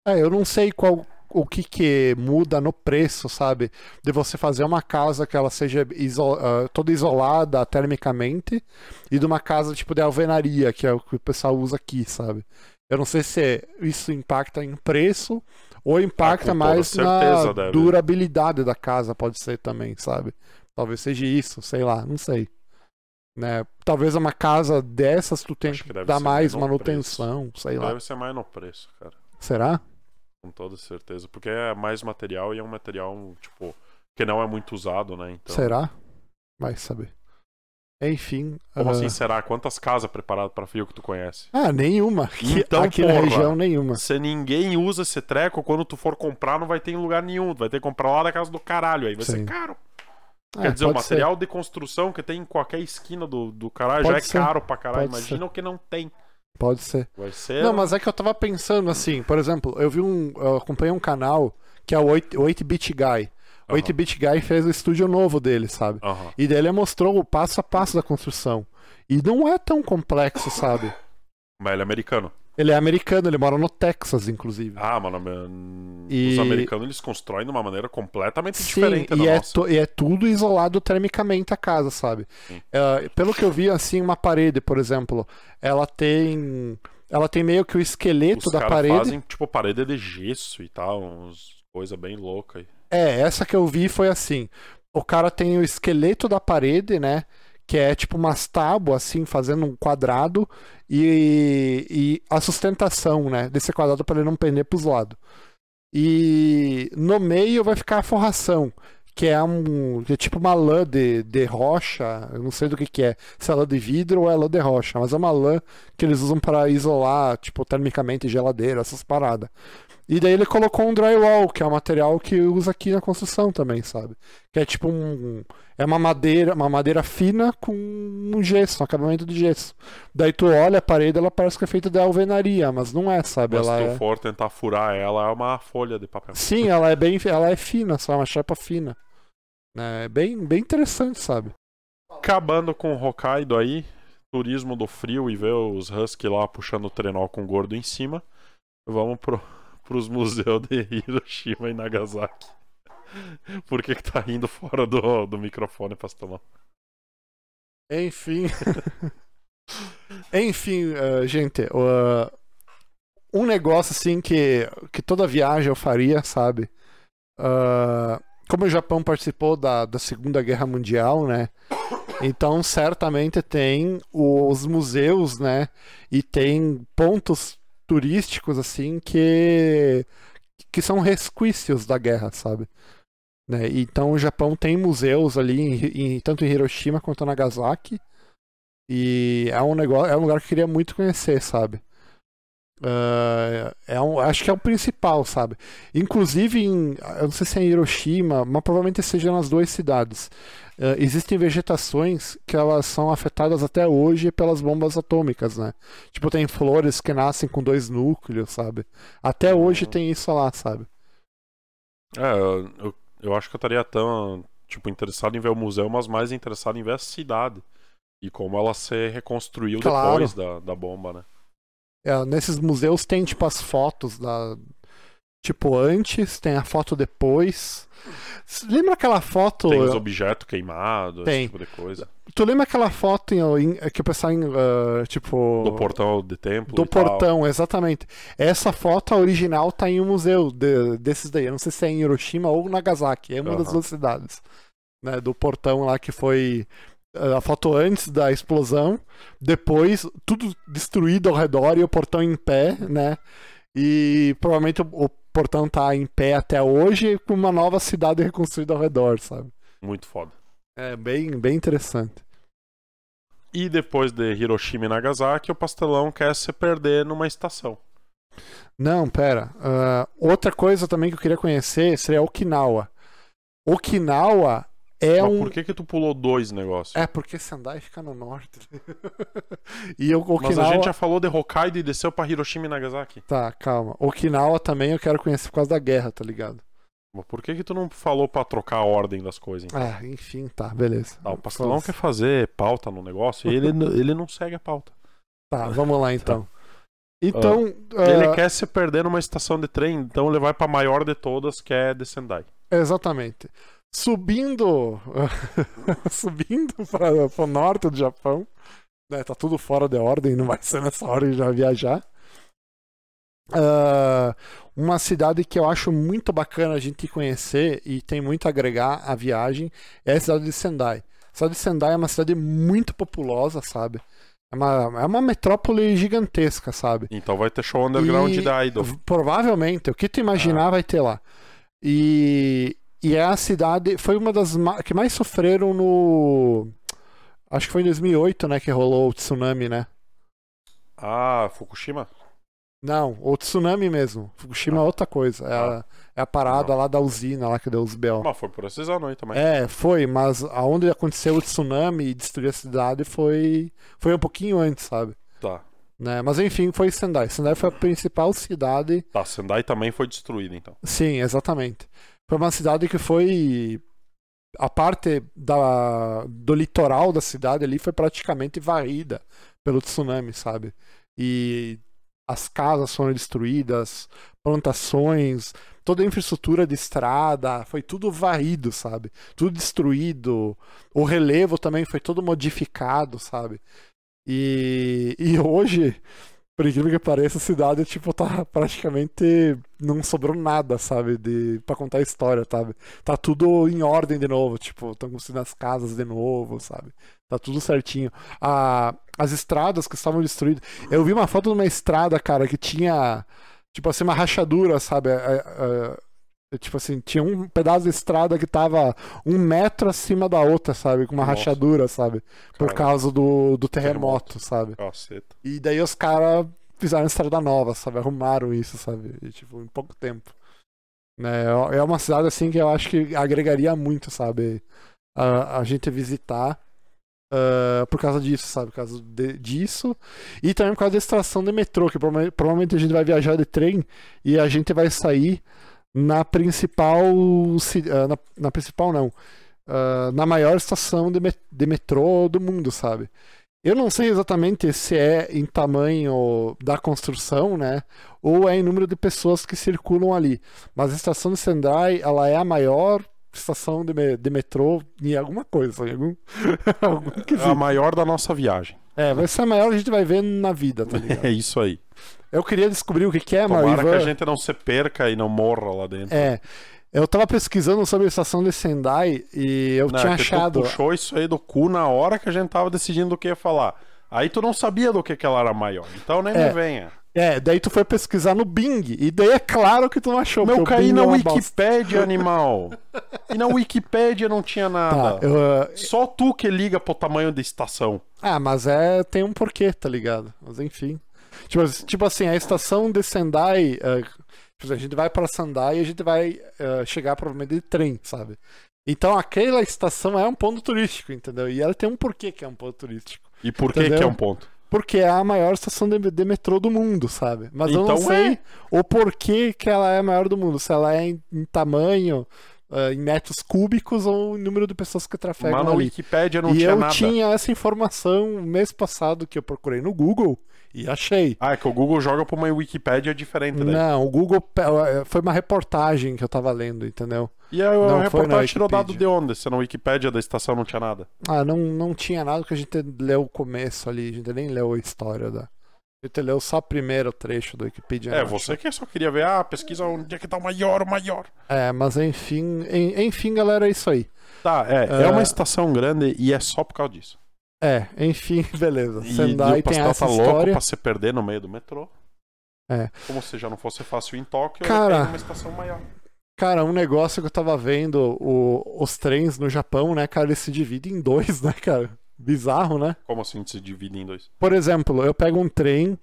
Eu não sei o que muda no preço, sabe? De você fazer uma casa que ela seja toda isolada termicamente e de uma casa tipo de alvenaria, que é o que o pessoal usa aqui, sabe? Eu não sei se isso impacta em preço ou impacta mais na durabilidade da casa, pode ser também, sabe? Talvez seja isso, sei lá, não sei. Né? Talvez uma casa dessas tu tenha que dar mais manutenção, sei lá. Deve ser mais no preço, cara. Será? Com toda certeza. Porque é mais material e é um material, tipo, que não é muito usado, né? Então... Será? Vai saber. Enfim. Como assim será? Quantas casas preparadas pra frio que tu conhece? Nenhuma. Então, aqui na região, nenhuma. Se ninguém usa esse treco, quando tu for comprar, não vai ter em lugar nenhum. Vai ter que comprar lá da casa do caralho. Aí vai ser caro. Quer dizer, o material de construção que tem em qualquer esquina do caralho já é caro pra caralho. Imagina o que não tem. Pode ser. Vai ser. Não, mas é que eu tava pensando assim, por exemplo, eu acompanhei um canal que é o 8-Bit Guy. O 8-Bit Guy fez o estúdio novo dele, sabe? E daí ele mostrou o passo a passo da construção. E não é tão complexo, sabe? Mas ele é americano. Ele é americano, ele mora no Texas, inclusive. Mano, os americanos eles constroem de uma maneira completamente diferente da nossa. E é tudo isolado termicamente a casa, sabe? Pelo que eu vi, assim, uma parede, por exemplo, ela tem meio que o esqueleto da parede. Os fazem, tipo, parede de gesso e tal, umas coisa bem louca. Essa que eu vi foi assim, o cara tem o esqueleto da parede, né? Que é tipo umas tábuas, assim, fazendo um quadrado e a sustentação, né, desse quadrado para ele não pender pros lados. E no meio vai ficar a forração, que é tipo uma lã de rocha, eu não sei do que é, se é lã de vidro ou é lã de rocha, mas é uma lã que eles usam para isolar, tipo, termicamente geladeira, essas paradas. E daí ele colocou um drywall, que é um material que usa aqui na construção também, sabe? Que é tipo é uma madeira fina com um gesso, um acabamento de gesso. Daí tu olha a parede, ela parece que é feita de alvenaria, mas não é, sabe? Mas se tu for tentar furar ela, é uma folha de papel. Sim, ela é fina, só uma chapa fina. É bem interessante, sabe? Acabando com o Hokkaido aí, turismo do frio e ver os husky lá puxando o trenó com o gordo em cima. Vamos pros museus de Hiroshima e Nagasaki. Por que tá rindo fora do microfone, pastelão? Enfim. Gente, um negócio assim que toda viagem eu faria, sabe? Como o Japão participou da Segunda Guerra Mundial, né? Então certamente tem os museus, né? E tem pontos turísticos assim que são resquícios da guerra, sabe? Né? Então o Japão tem museus ali tanto em Hiroshima quanto em Nagasaki e é um lugar que eu queria muito conhecer, sabe? Acho que é o principal, sabe? Inclusive eu não sei se é em Hiroshima, mas provavelmente seja nas duas cidades. Existem vegetações que elas são afetadas até hoje pelas bombas atômicas, né? Tipo, tem flores que nascem com 2 núcleos, sabe? Até hoje tem isso lá, sabe? Eu acho que eu estaria tão, tipo, interessado em ver o museu, mas mais interessado em ver a cidade e como ela se reconstruiu depois da bomba, né? Nesses museus tem, tipo, as fotos tipo, antes, tem a foto depois. Lembra aquela foto... Tem os objetos queimados, esse tipo de coisa. Tu lembra aquela foto que o pessoal, tipo... Do portão de templo do portão, exatamente. Essa foto original tá em um museu desses daí. Eu não sei se é em Hiroshima ou Nagasaki. É uma das duas cidades. Né, do portão lá que foi... A foto antes da explosão, depois tudo destruído ao redor e o portão em pé, né? E provavelmente o portão tá em pé até hoje com uma nova cidade reconstruída ao redor, sabe? Muito foda. É bem interessante. E depois de Hiroshima e Nagasaki, o pastelão quer se perder numa estação. Não, pera. Outra coisa também que eu queria conhecer seria Okinawa. Okinawa mas por que tu pulou 2 negócios? Porque Sendai fica no norte. Mas a gente já falou de Hokkaido e desceu pra Hiroshima e Nagasaki. Tá, calma. Okinawa também eu quero conhecer por causa da guerra, tá ligado? Mas por que tu não falou pra trocar a ordem das coisas, então? Enfim, tá, beleza. O pastelão quer fazer pauta no negócio e ele não segue a pauta. Tá, vamos lá então. Então, Ele quer se perder numa estação de trem, então ele vai pra maior de todas, que é de Sendai. exatamente. Subindo para o norte do Japão, né, tá tudo fora de ordem, não vai ser nessa hora de já viajar. Uma cidade que eu acho muito bacana a gente conhecer e tem muito a agregar à viagem é a cidade de Sendai. A cidade de Sendai é uma cidade muito populosa, sabe? É uma metrópole gigantesca, sabe? Então vai ter show underground da Idol. Provavelmente, o que tu imaginar vai ter lá. E é a cidade, foi uma das que mais sofreram no... Acho que foi em 2008, né, que rolou o tsunami, né? Ah, Fukushima? Não, o tsunami mesmo. Fukushima é outra coisa. É a parada lá da usina, lá que deu os B.O. Mas foi por esses anos aí também. Foi, mas aonde aconteceu o tsunami e destruiu a cidade foi um pouquinho antes, sabe? Tá. Né? Mas enfim, foi Sendai. Sendai foi a principal cidade. Tá, Sendai também foi destruída, então. Sim, exatamente. Foi uma cidade que foi... A parte do litoral da cidade ali foi praticamente varrida pelo tsunami, sabe? E as casas foram destruídas, plantações, toda a infraestrutura de estrada, foi tudo varrido, sabe? Tudo destruído. O relevo também foi todo modificado, sabe? E hoje, por incrível que pareça, a cidade, tipo, tá praticamente... Não sobrou nada, sabe? Pra contar a história, sabe? Tá tudo em ordem de novo, tipo, estão construindo as casas de novo, sabe? Tá tudo certinho. As estradas que estavam destruídas... Eu vi uma foto de uma estrada, cara, que tinha, tipo assim, uma rachadura, sabe? Tipo assim, tinha um pedaço de estrada que tava 1 metro acima da outra, sabe? Com uma rachadura, sabe? Por causa do terremoto, sabe? Caceta. E daí os caras fizeram estrada nova, sabe? Arrumaram isso, sabe? E, tipo, em pouco tempo. Né? É uma cidade, assim, que eu acho que agregaria muito, sabe? A gente visitar por causa disso, sabe? Por causa disso. E também por causa da estação de metrô, que provavelmente a gente vai viajar de trem e a gente vai sair na principal... na principal, não. Na maior estação de metrô do mundo, sabe? Eu não sei exatamente se é em tamanho da construção, né? Ou é em número de pessoas que circulam ali. Mas a estação de Sendai, ela é a maior estação de metrô em alguma coisa. Em algum É a maior da nossa viagem. Vai ser a maior, a gente vai ver na vida, tá ligado? É isso aí. Eu queria descobrir o que é, mas Tomara que a gente não se perca e não morra lá dentro. Eu tava pesquisando sobre a estação de Sendai e eu tinha achado... Tu puxou isso aí do cu na hora que a gente tava decidindo o que ia falar. Aí tu não sabia do que ela era maior. Então nem me venha. Daí tu foi pesquisar no Bing. E daí é claro que tu não achou. Eu caí na Wikipédia, animal. E na Wikipédia não tinha nada. Só tu que liga pro tamanho da estação. Mas tem um porquê, tá ligado? Mas enfim. Tipo assim, a estação de Sendai... a gente vai para Sendai e a gente vai chegar provavelmente de trem, sabe? Então aquela estação é um ponto turístico, entendeu? E ela tem um porquê que é um ponto turístico. E por que é um ponto? Porque é a maior estação de metrô do mundo, sabe? Mas então eu não sei o porquê que ela é a maior do mundo. Se ela é em tamanho, em metros cúbicos ou em número de pessoas que trafegam ali. Mas na Wikipédia não tinha nada. E eu tinha essa informação mês passado que eu procurei no Google e achei. É que o Google joga pra uma Wikipédia diferente daí. Não, o Google foi uma reportagem que eu tava lendo, entendeu? E a reportagem tirou dado de onde? Se na Wikipédia da estação não tinha nada? Não tinha nada, porque a gente leu o começo ali, a gente nem leu a história da... A gente leu só o primeiro trecho do Wikipedia. Você que só queria ver, pesquisa onde é que tá o maior. Mas enfim, galera, é isso aí. Tá, é uma estação grande e é só por causa disso. Enfim, beleza. E Sendai o tem Pastel essa tá história. louco pra se perder no meio do metrô. Como se já não fosse fácil em Tóquio, ele tem uma estação maior. Cara, um negócio que eu tava vendo, os trens no Japão, né, cara, eles se dividem em 2, né, cara? Bizarro, né? Como assim se divide em 2? Por exemplo, eu pego um trem,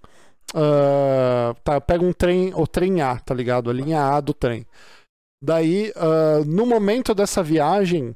eu pego o trem A, tá ligado? A linha A do trem. Daí, no momento dessa viagem,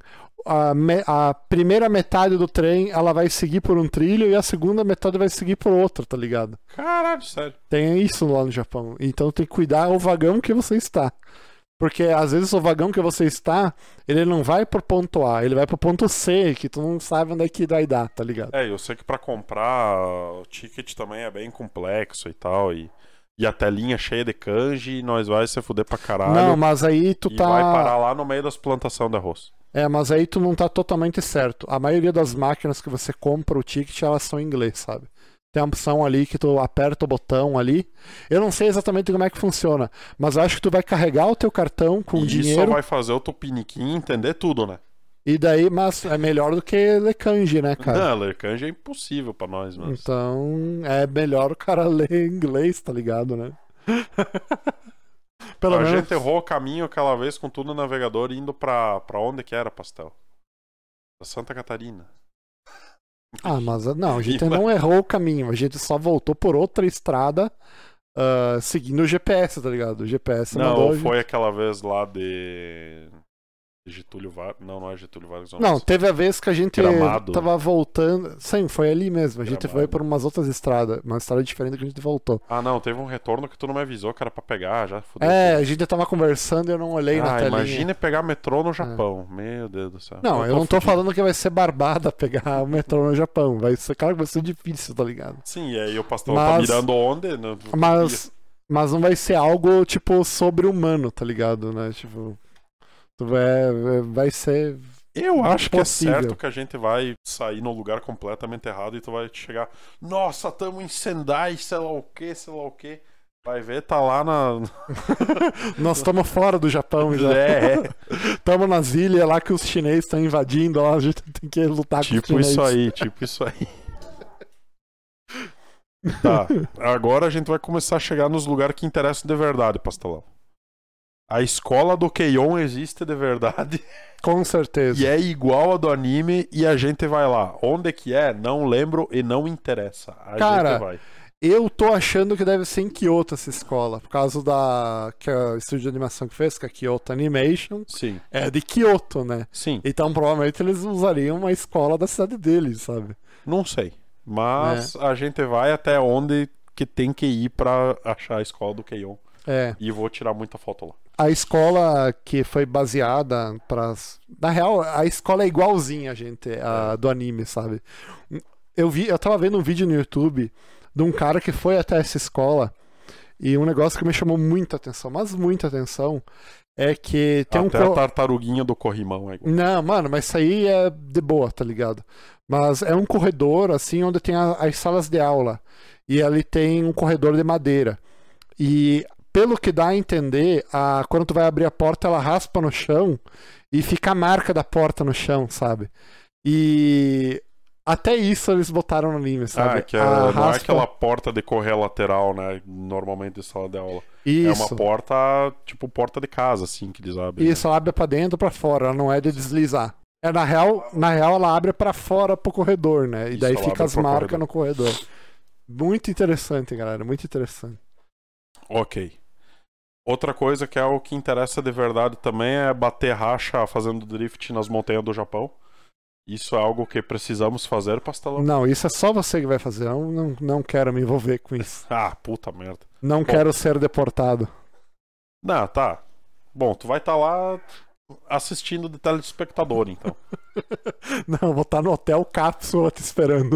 a primeira metade do trem, ela vai seguir por um trilho e a segunda metade vai seguir por outro, tá ligado? Caralho, sério. Tem isso lá no Japão. Então tem que cuidar o vagão que você está. Porque às vezes o vagão que você está, ele não vai pro ponto A, ele vai pro ponto C, que tu não sabe onde é que vai dar, tá ligado? Eu sei que pra comprar o ticket também é bem complexo e tal, e a telinha cheia de kanji, e nós vai se fuder pra caralho. Não, mas aí tu e tá... vai parar lá no meio das plantações de arroz. Mas aí tu não tá totalmente certo. A maioria das máquinas que você compra o ticket, elas são em inglês, sabe? Tem uma opção ali que tu aperta o botão ali. Eu não sei exatamente como é que funciona, mas acho que tu vai carregar o teu cartão com e dinheiro. Isso vai fazer o tupiniquim entender tudo, né? E daí, mas é melhor do que ler kanji, né, cara? Não, ler kanji é impossível pra nós, mas... Então, é melhor o cara ler inglês, tá ligado, né? Pelo a menos... gente errou o caminho aquela vez com tudo no navegador indo pra onde que era, Pastel? Pra Santa Catarina. Ah, mas não, a gente não errou o caminho, a gente só voltou por outra estrada seguindo o GPS, tá ligado? O GPS não, foi aquela vez lá de Getúlio Vargas. Não é Getúlio Vargas. Não, teve a vez que a gente Gramado. tava voltando. Sim, foi ali mesmo. A gente Gramado. foi por umas outras estradas, uma estrada diferente que a gente voltou. Ah, não, teve um retorno que tu não me avisou que era pra pegar, já fudeu. A gente tava conversando e eu não olhei na telinha. Imagina pegar metrô no Japão. Meu Deus do céu. Não, eu não tô falando que vai ser barbada pegar o metrô no Japão. Vai ser, claro que vai ser difícil, tá ligado? Sim, e aí o pastor tá mirando onde? Mas não vai ser algo, tipo, sobre-humano, tá ligado, né? Tipo... Vai ser. Eu acho que possível. é certo que a gente vai sair num lugar completamente errado e tu vai chegar. Nossa, tamo em Sendai, sei lá o que. Vai ver, tá lá na. Nós estamos fora do Japão já. Estamos nas ilhas lá que os chineses estão invadindo. Lá, a gente tem que lutar com os chineses. Tipo isso aí. Tá, agora a gente vai começar a chegar nos lugares que interessam de verdade, Pastelão. A escola do Keion existe de verdade. Com certeza. E é igual a do anime e a gente vai lá. Onde que é? Não lembro e não interessa. Cara, gente vai. Eu tô achando que deve ser em Kyoto essa escola. Por causa da... que é o estúdio de animação que fez, que é Kyoto Animation. Sim. É de Kyoto, né? Sim. Então provavelmente eles usariam uma escola da cidade deles, sabe? Não sei. Mas a gente vai até onde que tem que ir pra achar a escola do Keion. E vou tirar muita foto lá. A escola que foi baseada para... Na real, a escola é igualzinha, gente, do anime, sabe? Eu tava vendo um vídeo no YouTube de um cara que foi até essa escola e um negócio que me chamou muita atenção, mas muita atenção, é que tem até a tartaruguinha do corrimão. Não, mano, mas isso aí é de boa, tá ligado? Mas é um corredor, assim, onde tem as salas de aula. E ali tem um corredor de madeira. E... pelo que dá a entender, quando tu vai abrir a porta, ela raspa no chão e fica a marca da porta no chão, sabe? E até isso eles botaram no anime, sabe? Não é aquela porta de correr lateral, né? Normalmente de sala de aula. Isso. É uma porta, tipo porta de casa, assim, que eles abrem. Isso, ela abre pra dentro ou pra fora, ela não é de deslizar. Na real, ela abre pra fora pro corredor, né? E daí fica as marcas no corredor. Muito interessante, galera, muito interessante. Ok. Outra coisa que é o que interessa de verdade também é bater racha fazendo drift nas montanhas do Japão. Isso é algo que precisamos fazer, Pastelão? Não, isso é só você que vai fazer. Eu não quero me envolver com isso. Puta merda. Não quero ser deportado. Não, tá. Bom, tu vai estar lá assistindo de telespectador, então. Não, vou estar no hotel cápsula te esperando.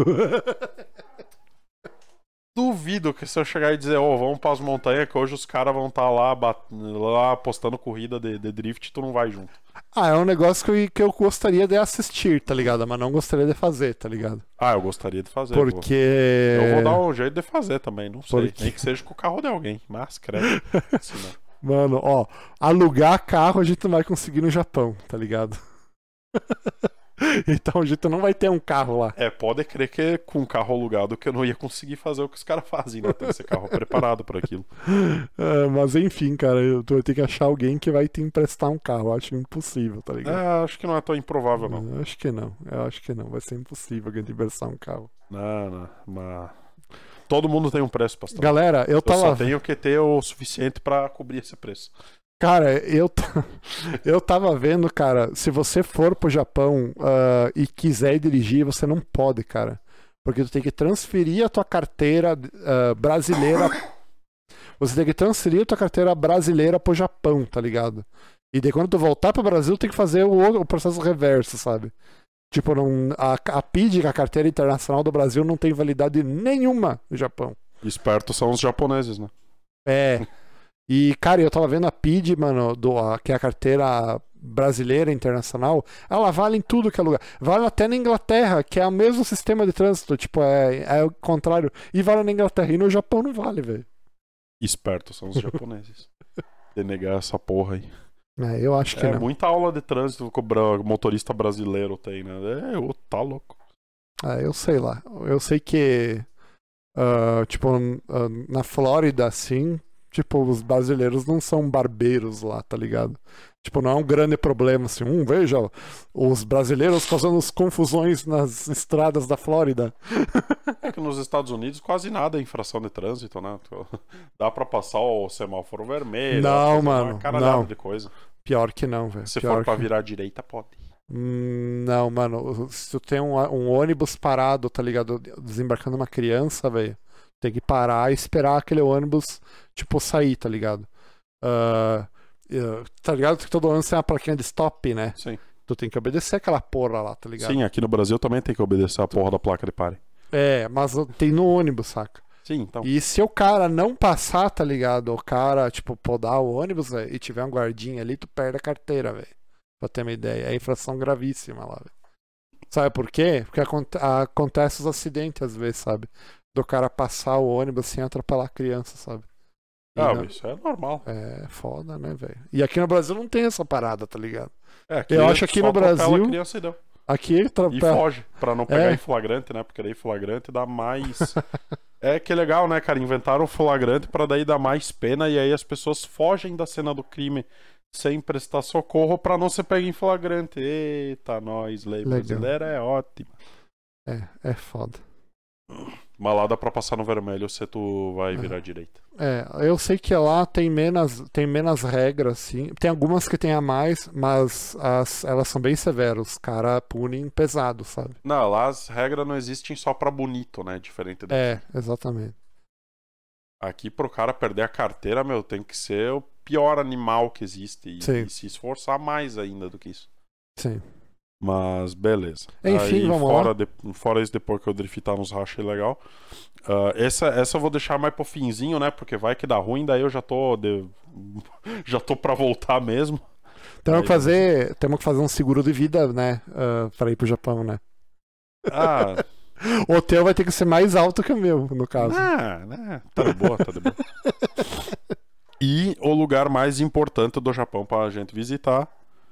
Duvido que se eu chegar e dizer, vamos para as montanhas, que hoje os caras vão estar lá apostando corrida de drift, tu não vai junto. É um negócio que eu gostaria de assistir, tá ligado? Mas não gostaria de fazer, tá ligado? Eu gostaria de fazer. Porque... eu vou dar um jeito de fazer também, não sei. Nem que seja com o carro de alguém, mas credo. Assim, mano, alugar carro a gente não vai conseguir no Japão, tá ligado? Então a gente não vai ter um carro lá. Pode crer que com um carro alugado que eu não ia conseguir fazer o que os caras fazem, né? Tem que ser carro preparado para aquilo. Mas enfim, cara, eu vou ter que achar alguém que vai te emprestar um carro. Eu acho impossível, tá ligado? Acho que não é tão improvável, não. Eu acho que não. Vai ser impossível alguém te emprestar um carro. Não, mas... todo mundo tem um preço, pastor. Galera, eu só tenho que ter o suficiente para cobrir esse preço. Cara, eu tava vendo, cara, se você for pro Japão e quiser dirigir, você não pode, cara. Porque tu tem que transferir a tua carteira brasileira Você tem que transferir a tua carteira brasileira pro Japão, tá ligado? E daí quando tu voltar pro Brasil, tem que fazer o processo reverso, sabe? Tipo, a PID, que é a carteira internacional do Brasil, não tem validade nenhuma no Japão. Espertos são os japoneses, né? É. E, cara, eu tava vendo a PID, mano, que é a carteira brasileira internacional, ela vale em tudo que é lugar. Vale até na Inglaterra, que é o mesmo sistema de trânsito, tipo, é o contrário. E vale na Inglaterra. E no Japão não vale, velho. Espertos são os japoneses. Denegar essa porra aí. Eu acho que não. Muita aula de trânsito que o motorista brasileiro tem, né? Tá louco. Eu sei lá. Eu sei que, tipo, na Flórida, assim, tipo, os brasileiros não são barbeiros lá, tá ligado? Tipo, não é um grande problema, assim, veja, os brasileiros causando confusões nas estradas da Flórida. É que nos Estados Unidos quase nada é infração de trânsito, né? Dá pra passar o semáforo vermelho. Não, mano, uma caralhada de coisa. Pior que não, velho. Se for pra virar à direita, pode. Não, mano, se tu tem um ônibus parado, tá ligado? Desembarcando uma criança, velho, tem que parar e esperar aquele ônibus, tipo, sair, tá ligado? Tá ligado que todo ônibus tem uma plaquinha de stop, né? Sim. Tu tem que obedecer aquela porra lá, tá ligado? Sim, aqui no Brasil também tem que obedecer a porra da placa de pare. Mas tem no ônibus, saca? Sim, então. E se o cara não passar, tá ligado? O cara, tipo, podar o ônibus, véio, e tiver um guardinha ali, tu perde a carteira, velho. Pra ter uma ideia. É infração gravíssima lá, velho. Sabe por quê? Porque acontece os acidentes às vezes, sabe? Do cara passar o ônibus sem atropelar a criança, sabe? Isso é normal. É foda, né, velho? E aqui no Brasil não tem essa parada, tá ligado? Aqui eu acho que aqui no Brasil. A criança e deu. Aqui ele E foge, pra não pegar em flagrante, né? Porque daí flagrante dá mais. Que legal, né, cara? Inventaram o flagrante pra daí dar mais pena e aí as pessoas fogem da cena do crime sem prestar socorro pra não ser pego em flagrante. Eita, nós, lei brasileira é ótima. É foda. Mas lá dá pra passar no vermelho se tu vai virar à direita. Eu sei que lá tem menos regras, sim. Tem algumas que tem a mais, mas elas são bem severas. Os caras punem pesado, sabe? Não, lá as regras não existem só pra bonito, né? Diferente daqui. Exatamente. Aqui pro cara perder a carteira, meu, tem que ser o pior animal que existe. E se esforçar mais ainda do que isso. Sim. Mas beleza. Enfim, aí, vamos fora lá. Fora isso, depois que eu driftar nos rachas, legal. Essa eu vou deixar mais pro finzinho, né? Porque vai que dá ruim, daí eu já tô já tô pra voltar mesmo. Temos que fazer um seguro de vida, né? Pra ir pro Japão, né? O teu vai ter que ser mais alto que o meu, no caso. Tá de boa, tá de boa. E o lugar mais importante do Japão pra gente visitar.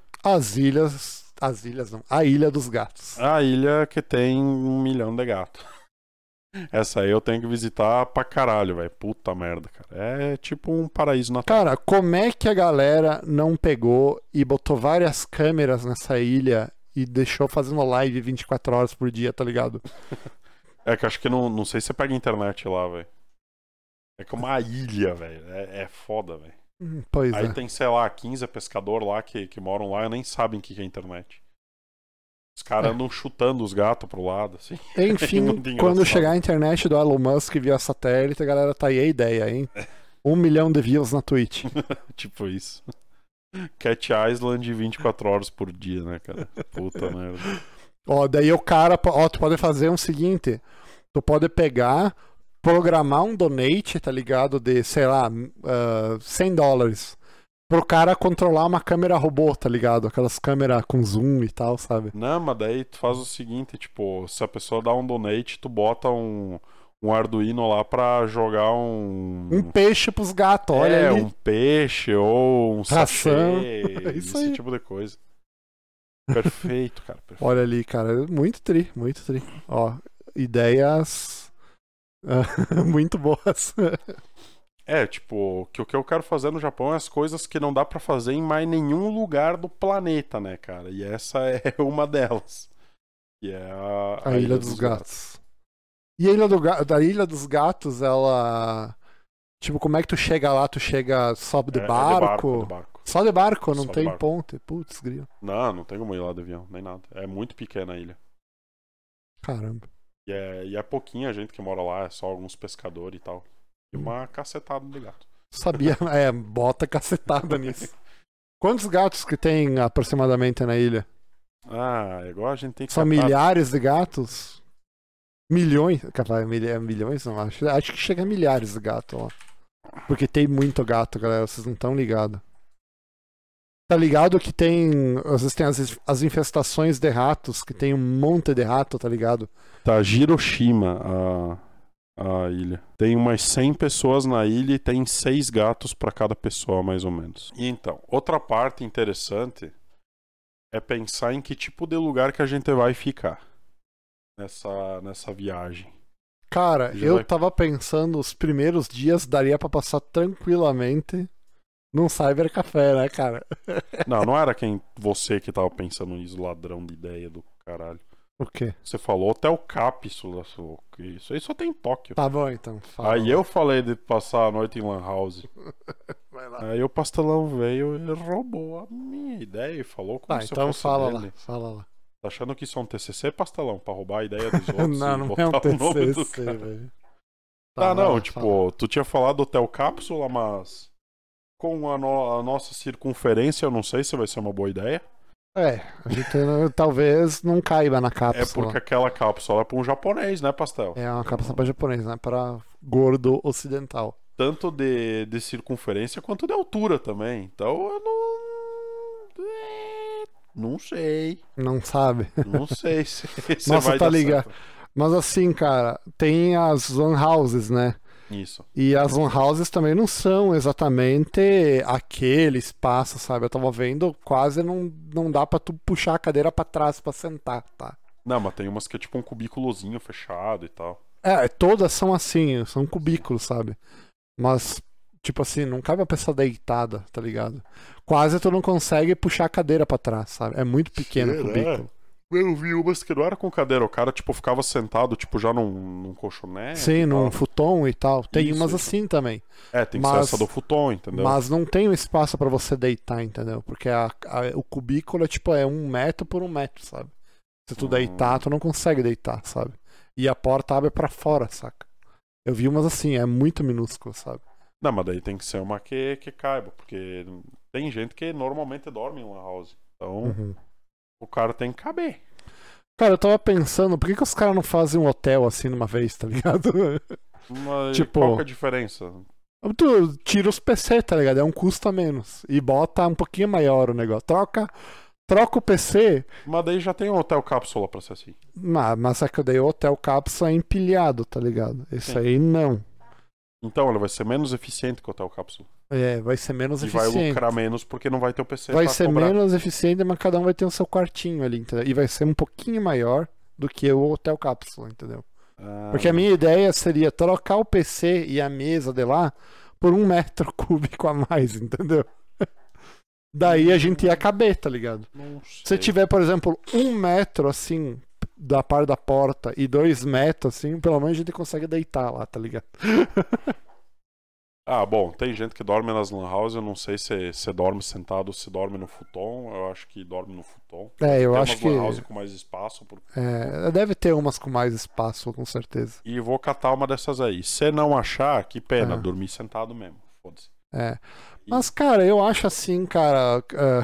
A Ilha dos Gatos. A ilha que tem 1 milhão de gatos. Essa aí eu tenho que visitar pra caralho, velho. Puta merda, cara. É tipo um paraíso na Terra. Cara, como é que a galera não pegou e botou várias câmeras nessa ilha e deixou fazendo live 24 horas por dia, tá ligado? É que acho que não sei se você pega internet lá, velho. É como uma ilha, velho. É foda, velho. Pois aí é. tem, sei lá, 15 pescadores lá que moram lá e nem sabem o que é internet. Os caras andam chutando os gatos pro lado, assim. Enfim, quando chegar a internet do Elon Musk via satélite, a galera tá aí a ideia, hein? 1 milhão de views na Twitch. Tipo isso. Cat Island 24 horas por dia, né, cara? Puta merda. Daí o cara... tu pode fazer o seguinte. Tu pode pegar, programar um donate, tá ligado? De, sei lá, $100. Pro cara controlar uma câmera robô, tá ligado? Aquelas câmeras com zoom e tal, sabe? Não, mas daí tu faz o seguinte, tipo, se a pessoa dá um donate, tu bota um Arduino lá pra jogar um peixe pros gatos, olha aí. Um peixe ou um ração. Sachê, esse tipo de coisa. Perfeito, cara. Perfeito. Olha ali, cara, muito tri. Ideias muito boas. Tipo, o que eu quero fazer no Japão é as coisas que não dá pra fazer em mais nenhum lugar do planeta, né, cara? E essa é uma delas. Que é a Ilha dos Gatos. E a Ilha dos Gatos, ela... Tipo, como é que tu chega lá? Tu sobe de barco? De barco. Só de barco? Não Só tem barco. ponte? Putz, grilo. Não tem como ir lá de avião, nem nada. É muito pequena a ilha. Caramba. E é pouquinha gente que mora lá, é só alguns pescadores e tal. E uma cacetada de gato. Sabia, bota cacetada nisso. Quantos gatos que tem aproximadamente na ilha? Ah, igual a gente tem que São catar. milhares de gatos? Milhões? Capaz, milhões não, acho que chega a milhares de gatos lá. Porque tem muito gato, galera, vocês não estão ligados. Tá ligado que tem, às vezes tem as infestações de ratos, que tem um monte de rato, tá ligado? Tá, Hiroshima, a ilha. Tem umas 100 pessoas na ilha e tem 6 gatos pra cada pessoa, mais ou menos. E então, outra parte interessante é pensar em que tipo de lugar que a gente vai ficar nessa viagem. Cara, Já eu vai- tava pensando, os primeiros dias daria pra passar tranquilamente num cybercafé, né, cara? Não era você que tava pensando nisso, ladrão de ideia do caralho. O quê? Você falou Hotel Cápsula, isso aí só tem em Tóquio. Tá bom, então. Fala. Aí eu falei de passar a noite em Lan House. Vai lá. Aí o pastelão veio e roubou a minha ideia e falou como Tá, se eu então fosse fala dele. lá, fala lá. Tá achando que isso é um TCC, pastelão? Pra roubar a ideia dos outros Não, e não botar é um o nome do TCC, cara? velho. Tá, vai não, lá, tipo, fala. tu tinha falado Hotel Cápsula, mas com a nossa circunferência eu não sei se vai ser uma boa ideia. A gente talvez não caiba na É cápsula. porque aquela cápsula é pra um japonês, né, Pastel? É uma cápsula para japonês, né? Para gordo ocidental. Tanto de circunferência quanto de altura também. Então eu não sei. Não sabe? Não sei se Nossa, vai tá dar ligado. certo. Mas assim, cara, tem as lan houses, né? Isso. E as lan houses também não são exatamente aquele espaço, sabe? Eu tava vendo, quase não dá pra tu puxar a cadeira pra trás pra sentar, tá? Não, mas tem umas que é tipo um cubículozinho fechado e tal. Todas são assim, são cubículos, sabe? Mas, tipo assim, não cabe a pessoa deitada, tá ligado? Quase tu não consegue puxar a cadeira pra trás, sabe? É muito pequeno o Será? cubículo. Eu vi umas que não era com cadeira. O cara, tipo, ficava sentado, tipo, já num colchonete. Sim, e num tal. futon e tal. Tem Isso, umas isso. assim também. Tem que ser Mas- essa do futon, entendeu? Mas não tem um espaço pra você deitar, entendeu? Porque o cubículo é tipo 1 metro por 1 metro, sabe? Se tu deitar, tu não consegue deitar, sabe? E a porta abre pra fora, saca? Eu vi umas assim, é muito minúsculo, sabe? Não, mas daí tem que ser uma que caiba, porque tem gente que normalmente dorme em lan house. Então, Uhum. o cara tem que caber. Cara, eu tava pensando, por que os caras não fazem um hotel assim numa vez, tá ligado? Mas Tipo- qual que é a diferença? Tu tira os PC, tá ligado? É um custo a menos. E bota um pouquinho maior o negócio. Troca o PC, Mas daí já tem um hotel cápsula pra ser assim. mas é que daí o hotel cápsula é empilhado, tá ligado? Esse Sim. aí não. Então ele vai ser menos eficiente que o hotel cápsula. Vai ser menos E vai eficiente. lucrar menos porque não vai ter o PC Vai pra ser cobrar. menos eficiente, mas cada um vai ter o seu quartinho ali, entendeu? E vai ser um pouquinho maior do que o hotel cápsula, entendeu? Ah, Porque a minha ideia seria trocar o PC e a mesa de lá por 1 metro cúbico a mais, entendeu? Daí a gente ia caber, tá ligado? não Se sei. tiver, por exemplo, 1 metro assim da parte da porta e 2 metros assim, pelo menos a gente consegue deitar lá, tá ligado? Ah, bom, tem gente que dorme nas lan houses, eu não sei se dorme sentado ou se dorme no futon. Eu acho que dorme no futon. Eu Tem acho umas que lan houses com mais espaço. deve ter umas com mais espaço, com certeza. E vou catar uma dessas aí. Se não achar, que pena, É. dormir sentado mesmo. Foda-se. Mas, cara, eu acho assim, cara.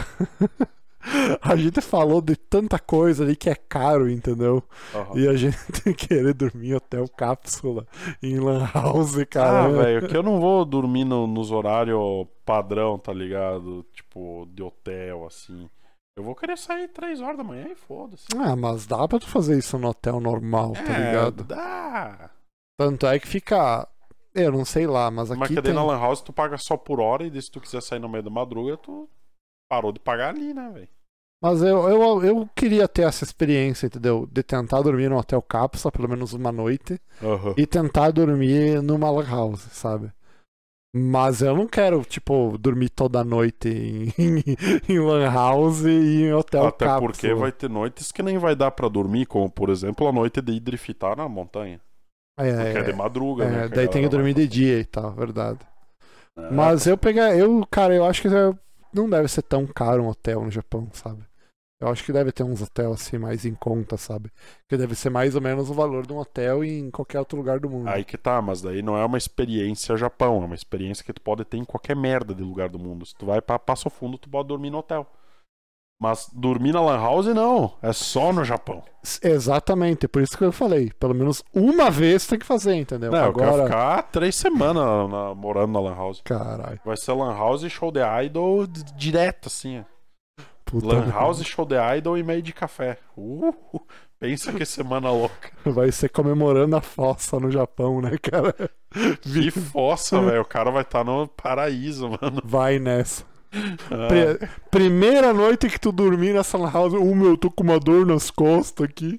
A gente falou de tanta coisa ali que é caro, entendeu? Aham. E a gente querer dormir em hotel cápsula em lan house, cara. Velho, que eu não vou dormir nos horários padrão, tá ligado? Tipo, de hotel, assim. Eu vou querer sair 3 horas da manhã e foda-se. Mas dá pra tu fazer isso no hotel normal, tá ligado? Dá. Tanto é que fica. Eu não sei lá, mas aqui Mas que daí tem... na lan house tu paga só por hora e daí se tu quiser sair no meio da madruga, tu parou de pagar ali, né, velho? Mas eu queria ter essa experiência, entendeu? De tentar dormir no hotel cápsula, pelo menos uma noite, Aham. e tentar dormir numa lan house, sabe? Mas eu não quero, tipo, dormir toda noite em lan house e em hotel Até cápsula. porque vai ter noites que nem vai dar pra dormir, como por exemplo a noite de ir driftar na montanha. Porque é de madruga, né? daí tem que dormir de dia e tal, verdade. É, Mas cara, eu acho que não deve ser tão caro um hotel no Japão, sabe? Eu acho que deve ter uns hotéis assim mais em conta, sabe? Que deve ser mais ou menos o valor de um hotel em qualquer outro lugar do mundo. Aí que tá, mas daí não é uma experiência Japão, é uma experiência que tu pode ter em qualquer merda de lugar do mundo. Se tu vai pra Passo Fundo, tu pode dormir no hotel. Mas dormir na Lan House não, é só no Japão. Exatamente, por isso que eu falei. Pelo menos uma vez tem que fazer, entendeu? Não, eu quero Agora. ficar 3 semanas morando na Lan House. Caralho. Vai ser Lan House e show de idol direto, assim. Ó. Puta Lan merda. House, show de idol e meio de café. Pensa que semana louca. Vai ser comemorando a fossa no Japão, né, cara? Que fossa, velho. O cara vai estar no paraíso, mano. Vai nessa. Ah, Primeira noite que tu dormir nessa lan house, meu, eu tô com uma dor nas costas aqui.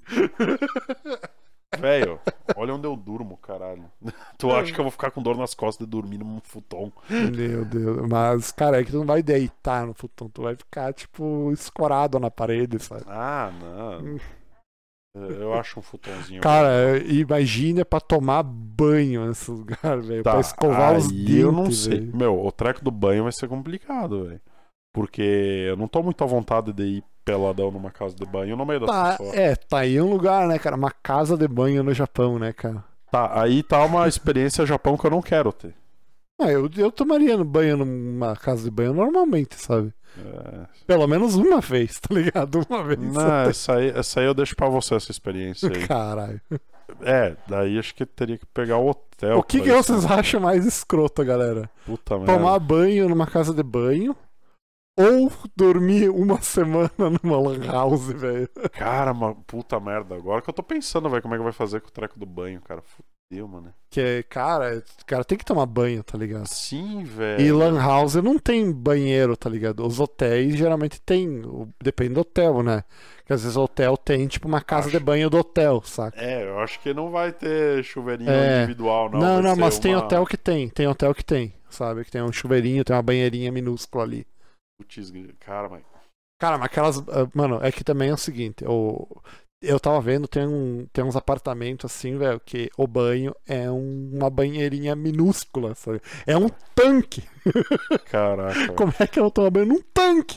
velho, olha onde eu durmo, caralho. Tu acha que eu vou ficar com dor nas costas de dormir num futon? Meu Deus. Mas, cara, é que tu não vai deitar no futon, tu vai ficar, tipo, escorado na parede, sabe? Ah, não. Eu acho um futonzinho. Cara, imagina pra tomar banho nesse lugar, velho. Tá, Pra escovar os aí dentes, eu não sei. velho. Meu, o treco do banho vai ser complicado, velho. Porque eu não tô muito à vontade de ir peladão numa casa de banho no meio das Tá, pessoas. tá aí um lugar, né, cara? Uma casa de banho no Japão, né, cara? Tá, aí tá uma experiência Japão que eu não quero ter. Ah, eu tomaria banho numa casa de banho normalmente, sabe? É... Pelo menos uma vez, tá ligado? Uma vez. Não, essa aí eu deixo pra você, essa experiência aí. Caralho. É, daí acho que teria que pegar o hotel. O que pra isso. vocês acham mais escroto, galera? Puta merda. Tomar banho numa casa de banho ou dormir uma semana numa lan house, velho? Cara, puta merda. Agora que eu tô pensando, velho, como é que vai fazer com o treco do banho, cara. Fudeu, mano. Que, cara, tem que tomar banho, tá ligado? Sim, velho. E lan house não tem banheiro, tá ligado? Os hotéis geralmente tem, depende do hotel, né? Porque às vezes o hotel tem, tipo, uma casa de banho do hotel, saca? É, eu acho que não vai ter chuveirinho É. individual, não. Não, Vai ser mas tem uma- hotel que tem hotel que tem, sabe? Que tem um chuveirinho, tem uma banheirinha minúscula ali. Putz, cara, mas... Cara, mas aquelas. Mano, é que também é o seguinte, eu tava vendo, tem uns apartamentos assim, velho, que o banho é uma banheirinha minúscula, sabe? É um tanque. Caraca, velho. Como é que eu tomo banho num tanque?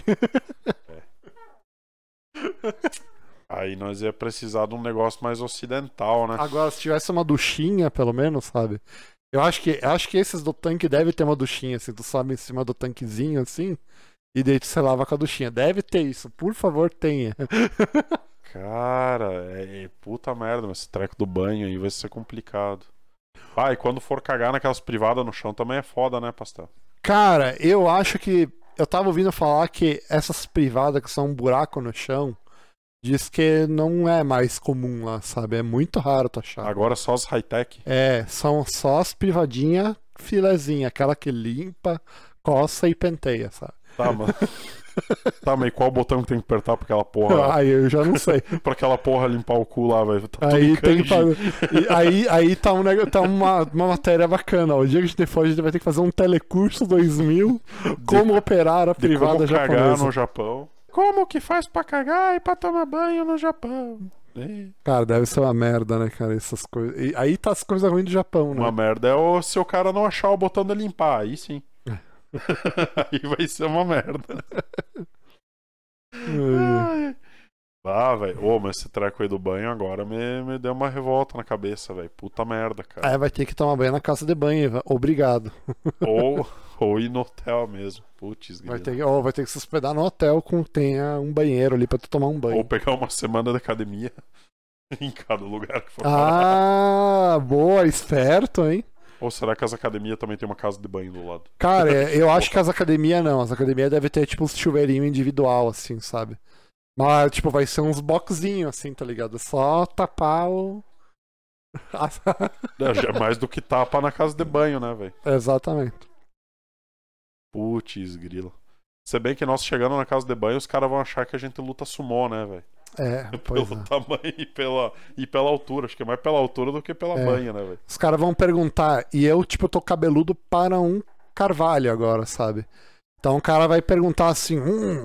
Aí nós ia precisar de um negócio mais ocidental, né? Agora, se tivesse uma duchinha, pelo menos, sabe? Eu acho que esses do tanque devem ter uma duchinha, assim, tu sobe em cima do tanquezinho, assim, e daí tu se lava com a duchinha. Deve ter isso, por favor, tenha. Cara, puta merda, mas esse treco do banho aí vai ser complicado. Ah, e quando for cagar naquelas privadas no chão também é foda, né, Pastel? Cara, eu acho que. Eu tava ouvindo falar que essas privadas que são um buraco no chão, diz que não é mais comum lá, sabe? É muito raro tu achar. Agora só os high-tech. É, são só as privadinhas filezinha, aquela que limpa, coça e penteia, sabe? Tá, mas... tá, mas e qual botão que tem que apertar pra aquela porra... Aí eu já não sei. pra aquela porra limpar o cu lá, velho? Tá tudo Aí em tem que kanji. fazer. Aí tá, tá uma matéria bacana. Ó. O dia que a gente for, a gente vai ter que fazer um telecurso 2000 como operar a De privada como cagar japonesa. no Japão. Como que faz pra cagar e pra tomar banho no Japão? Cara, deve ser uma merda, né, cara? Essas coisas. E aí tá as coisas ruins do Japão, né? Uma merda é se o cara não achar o botão de limpar, aí sim. Aí vai ser uma merda. Ai. Ah, velho. Ô, mas esse treco aí do banho agora me deu uma revolta na cabeça, velho. Puta merda, cara. Aí vai ter que tomar banho na casa de banho. Obrigado. Ou ir no hotel mesmo. Putz, Vai grilo. ter que se hospedar no hotel com tenha um banheiro ali pra tu tomar um banho. Ou pegar uma semana de academia em cada lugar que for parar. Ah, boa, esperto, hein? Ou será que as academias também tem uma casa de banho do lado? Cara, eu acho que as academias não. As academias devem ter, tipo, uns chuveirinho individual, assim, sabe? Mas, tipo, vai ser uns boxzinhos, assim, tá ligado? Só tapar o. Já é mais do que tapa na casa de banho, né, velho? Exatamente. Putz, grilo. Se bem que nós chegando na casa de banho, os caras vão achar que a gente luta sumô, né, velho? Pois Pelo é. tamanho e pela altura. Acho que é mais pela altura do que pela banha, né, velho? Os caras vão perguntar, e eu, tipo, tô cabeludo para um carvalho agora, sabe? Então o cara vai perguntar assim,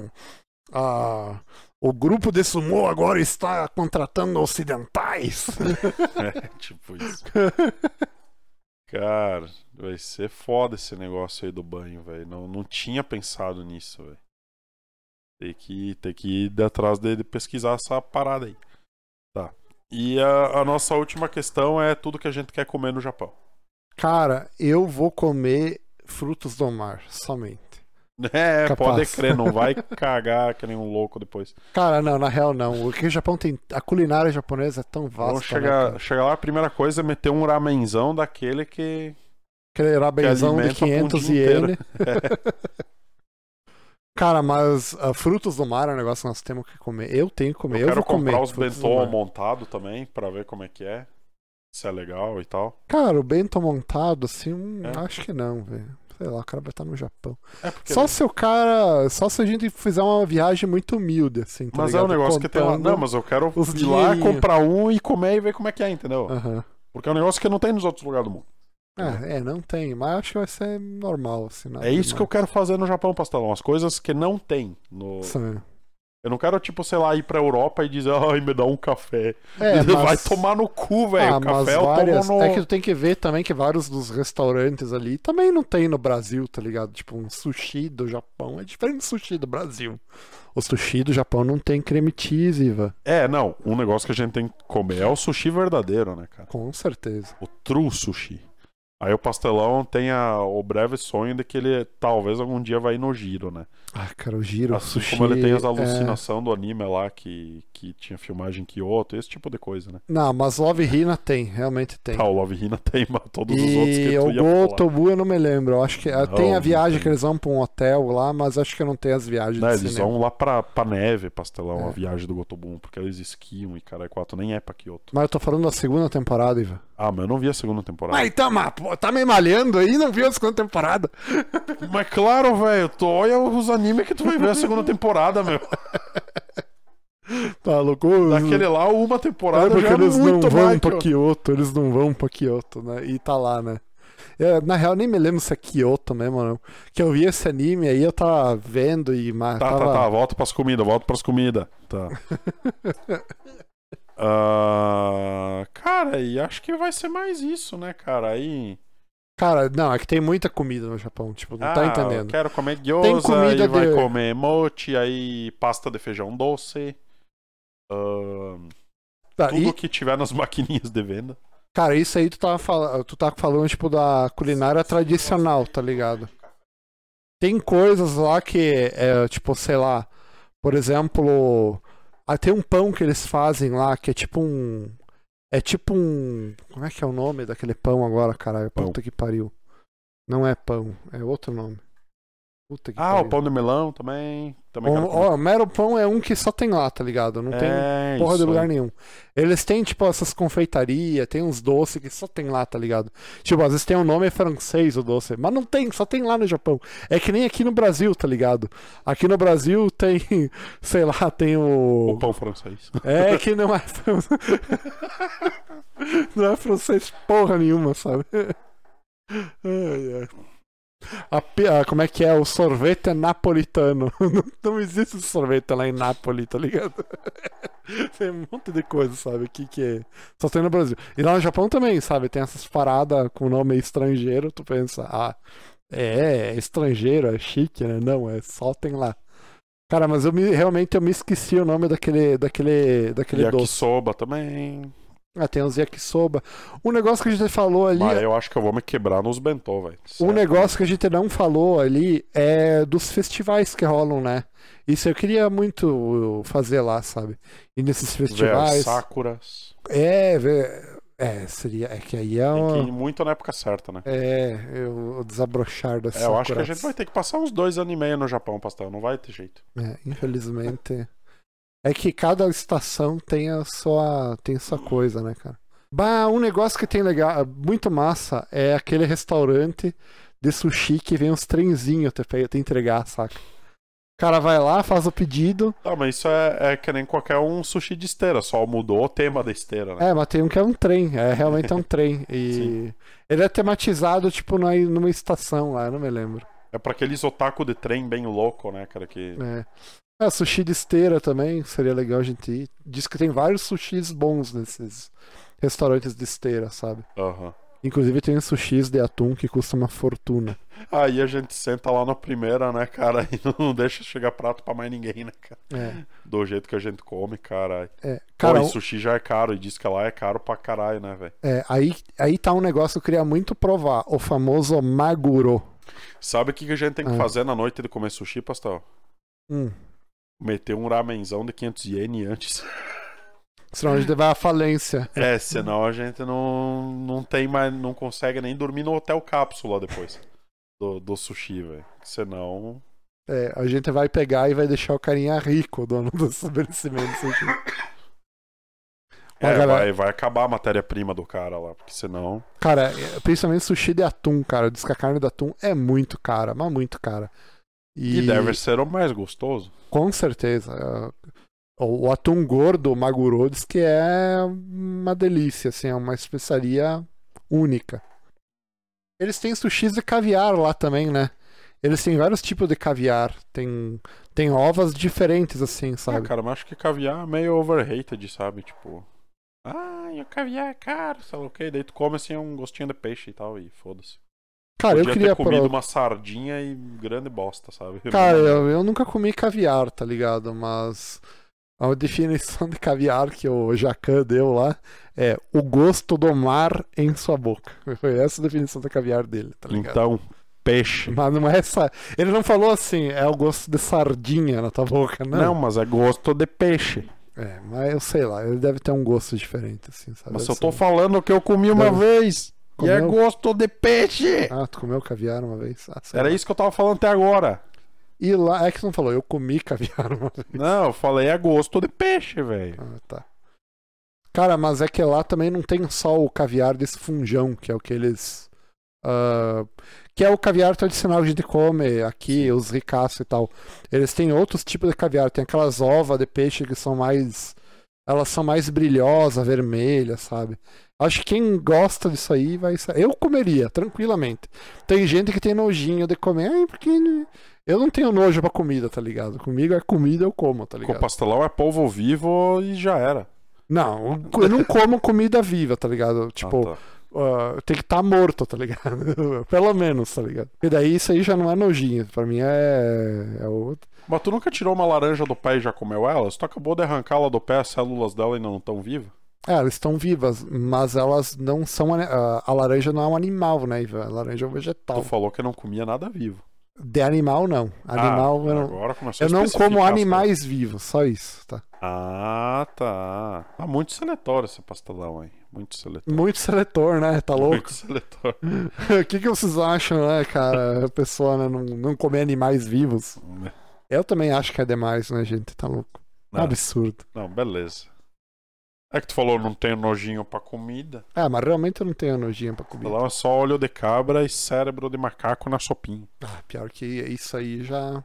o grupo de sumô agora está contratando ocidentais. É, tipo isso. Cara, vai ser foda esse negócio aí do banho, velho. Não tinha pensado nisso, velho. Tem que ir atrás de pesquisar essa parada aí. Tá. E a nossa última questão é tudo que a gente quer comer no Japão. Cara, eu vou comer frutos do mar, somente. É, Capaz. pode crer, não vai cagar que nem um louco depois. Cara, não, na real não. O que o Japão tem. A culinária japonesa é tão vasta. Vamos né, chegar, cara? chegar lá, a primeira coisa é meter um ramenzão daquele que. Aquele rabenzão de alimenta pra um 500 dia inteiro. iene. Cara, mas frutos do mar é um negócio que nós temos que comer. Eu tenho que comer. Eu quero vou comer comprar os frutos do bentô mar. montado também, pra ver como é que é. Se é legal e tal. Cara, o bento montado, assim, É. acho que não, velho. Sei lá, o cara vai estar no Japão. É porque. Só se o cara. Só se a gente fizer uma viagem muito humilde, assim. Tá Mas é um ligado? negócio que tem lá. Contando Não, mas eu quero os ir lá, dinheirinhos. comprar um e comer e ver como é que é, entendeu? Aham. Porque é um negócio que não tem nos outros lugares do mundo. Não tem, mas acho que vai ser normal, assim. nada É isso que eu demais. quero fazer no Japão, Pastelão. As coisas que não tem no. Sim. Eu não quero, tipo, sei lá, ir pra Europa e dizer, ai, me dá um café. É, Vai mas... tomar no cu, velho. O mas café eu várias... tomo no. É que tu tem que ver também que vários dos restaurantes ali também não tem no Brasil, tá ligado? Tipo, um sushi do Japão é diferente do sushi do Brasil. O sushi do Japão não tem creme cheese, Iva. É, não. Um negócio que a gente tem que comer é o sushi verdadeiro, né, cara? Com certeza. O true sushi. Aí o Pastelão tem o breve sonho de que ele talvez algum dia vai ir no Giro, né? Ah, cara, o giro, Assim sushi... como ele tem as é- alucinações do anime lá que tinha filmagem em Kyoto, esse tipo de coisa, né? Não, mas Love Hina tem, realmente tem. Tá, o Love Hina tem, mas todos os outros que E tu o ia falar. Gotobu eu não me lembro. Eu acho que tem a não viagem tem. que eles vão pra um hotel lá, mas acho que não tem as viagens Né, de eles cinema. vão lá pra neve, Pastelão, É. a viagem do Gotobun, porque eles esquiam e caralho, 4 nem é pra Kyoto. Mas eu tô falando da segunda temporada, Iva. Ah, mas eu não vi a segunda temporada. Mas então, pô, tá me malhando aí e não viu a segunda temporada? Mas claro, velho, tu olha os animes que tu vai ver a segunda temporada, meu. Tá louco? Daquele lá, uma temporada porque já é eles não muito vão mais pra que... Kyoto, eles não vão pra Kyoto, né? E tá lá, né? Na real, nem me lembro se é Kyoto mesmo, não. Que eu vi esse anime aí, eu tava vendo e... Tá, volta pras comidas. Tá. Cara, e acho que vai ser mais isso, né, cara? Aí... Cara, não, é que tem muita comida no Japão, tipo, não tá entendendo. Quero comer Tem gyoza, comida aí vai de- comer mochi, aí pasta de feijão doce. Tá, Tudo e, que tiver nas maquininhas de venda. cara, isso aí tu tava falando, tipo, da culinária tradicional, tá ligado? Tem coisas lá que é, tipo, sei lá, por exemplo, tem um pão que eles fazem lá que é tipo um. É tipo um. Como é que é o nome daquele pão agora, caralho? Pão. Puta que pariu. Não é pão, é outro nome. Puta que Ah, pariu. o pão de melão também. Também quero comer. O mero pão é um que só tem lá, tá ligado? Não tem porra de isso lugar aí. nenhum. Eles têm, tipo, essas confeitarias, tem uns doces que só tem lá, tá ligado? Tipo, às vezes tem um nome francês o doce, mas não tem, só tem lá no Japão. É que nem aqui no Brasil, tá ligado? Aqui no Brasil tem, sei lá, tem O o... pão francês. É que não é... Não é francês porra nenhuma, sabe? Ai, ai. Como é que é? O sorvete é napolitano. Não existe sorvete lá em Nápoles, tá ligado? Tem um monte de coisa, sabe? Que só tem no Brasil. E lá no Japão também, sabe? Tem essas paradas com nome estrangeiro. Tu pensa, é estrangeiro, é chique, né? Não, só tem lá. Cara, mas realmente eu me esqueci o nome daquele doce. Yakisoba também. Tem os yakisoba. Um negócio que a gente falou ali. Mas eu acho que eu vou me quebrar nos bentô, velho. Um negócio que a gente não falou ali é dos festivais que rolam, né? Isso eu queria muito fazer lá, sabe? E nesses festivais. Sakuras. Seria. É que aí é Tem que ir uma. muito na época certa, né? O desabrochar das Eu acho que a sakuras. gente vai ter que passar uns 2 anos e meio no Japão, Pastel. Não vai ter jeito. Infelizmente. É que cada estação tem a sua coisa, né, cara? Um negócio que tem legal, muito massa, é aquele restaurante de sushi que vem uns trenzinhos te entregar, saca? O cara vai lá, faz o pedido. Tá, mas isso é que nem qualquer um sushi de esteira, só mudou o tema da esteira, né? Mas tem um que é um trem, realmente é um trem. E Sim. ele é tematizado, tipo, numa estação lá, eu não me lembro. É pra aqueles otaku de trem bem louco, né, cara? Que... Sushi de esteira também, seria legal a gente ir. Diz que tem vários sushis bons nesses restaurantes de esteira, sabe? Aham. Inclusive tem sushis de atum que custa uma fortuna. Aí a gente senta lá na primeira, né, cara? E não deixa chegar prato pra mais ninguém, né, cara? É. Do jeito que a gente come, caralho. Cara, Pô, e sushi já é caro, e diz que lá é caro pra caralho, né, velho? aí tá um negócio que eu queria muito provar. O famoso maguro. Sabe o que a gente tem que fazer na noite de comer sushi, pastel? Meter um ramenzão de 500 iene antes. Senão a gente vai à falência. Senão a gente não tem mais, não consegue nem dormir no hotel cápsula depois do sushi, velho. Senão... A gente vai pegar e vai deixar o carinha rico, o dono do estabelecimento. Vai acabar a matéria-prima do cara lá, porque senão... Cara, principalmente sushi de atum, cara. Diz que a carne do atum é muito cara, mas muito cara. E deve ser o mais gostoso. Com certeza. O atum gordo, o maguro, diz que é uma delícia, assim, é uma especiaria única. Eles têm sushis de caviar lá também, né? Eles têm vários tipos de caviar. Tem ovas diferentes, assim, sabe? Cara, mas acho que caviar é meio overrated, sabe? Tipo... e o caviar é caro, sabe o quê? Daí tu come, assim, um gostinho de peixe e tal, e foda-se. Cara, Podia eu queria ter comido uma sardinha e grande bosta, sabe? Cara, eu nunca comi caviar, tá ligado? Mas a definição de caviar que o Jacan deu lá é o gosto do mar em sua boca. Foi essa a definição da caviar dele, tá ligado? Então, peixe. Mas não é essa. Ele não falou assim, é o gosto de sardinha na tua boca, não. Não, mas é gosto de peixe. Mas eu sei lá, ele deve ter um gosto diferente, assim, sabe? Mas eu tô falando que eu comi uma vez. Comeu? E é gosto de peixe. Tu comeu caviar uma vez? Era isso que eu tava falando até agora. E lá, é que você não falou, eu comi caviar uma vez. Não, eu falei é gosto de peixe, velho. Tá. Cara, mas é que lá também não tem só o caviar desse funjão, que é o que eles... que é o caviar tradicional que a gente come aqui, os ricaços e tal. Eles têm outros tipos de caviar. Tem aquelas ovas de peixe que são mais... Elas são mais brilhosas, vermelhas, sabe? Acho que quem gosta disso aí vai... Eu comeria, tranquilamente. Tem gente que tem nojinho de comer, porque... Eu não tenho nojo pra comida, tá ligado? Comigo é comida, eu como, tá ligado? Com pastelão é polvo vivo e já era. Não, eu não como comida viva, tá ligado? Tipo... tem que estar morto, tá ligado? Pelo menos, tá ligado? E daí isso aí já não é nojinho. Pra mim é outro. Mas tu nunca tirou uma laranja do pé e já comeu ela? Tu acabou de arrancá-la do pé, as células dela ainda não estão vivas? Elas estão vivas, mas elas não são... A laranja não é um animal, né, Ivan? A laranja é um vegetal. Tu falou que não comia nada vivo. De animal, não. Animal, eu não... Agora começou eu não como animais vivos, só isso, tá? Tá. Muito seletório esse pastelão aí. Muito seletor. Muito seletor, né? Tá louco? Muito seletor. O que vocês acham, né, cara? A pessoa, né, não comer animais vivos. Eu também acho que é demais, né, gente? Tá louco. Não. Absurdo. Não, beleza. É que tu falou não tenho nojinho pra comida. Mas realmente eu não tenho nojinho pra comida. Lá é só olho de cabra e cérebro de macaco na sopinha. Pior que isso aí já...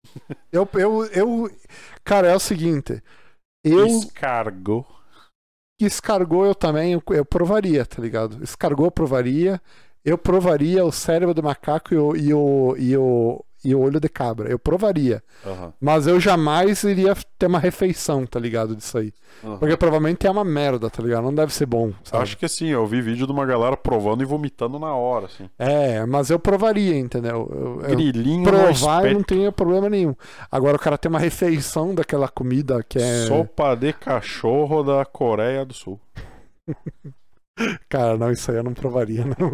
Cara, é o seguinte... Escargot eu também, eu provaria, tá ligado? Escargot eu provaria. Eu provaria o cérebro do macaco e o olho de cabra. Eu provaria. Mas eu jamais iria ter uma refeição, tá ligado? Disso aí. Porque provavelmente é uma merda, tá ligado? Não deve ser bom, sabe? Acho que sim, eu vi vídeo de uma galera provando e vomitando na hora, assim. Mas eu provaria, entendeu? Grilinho provar eu não tenho problema nenhum. Agora o cara tem uma refeição daquela comida que é... Sopa de cachorro da Coreia do Sul. Cara, não, isso aí eu não provaria, não.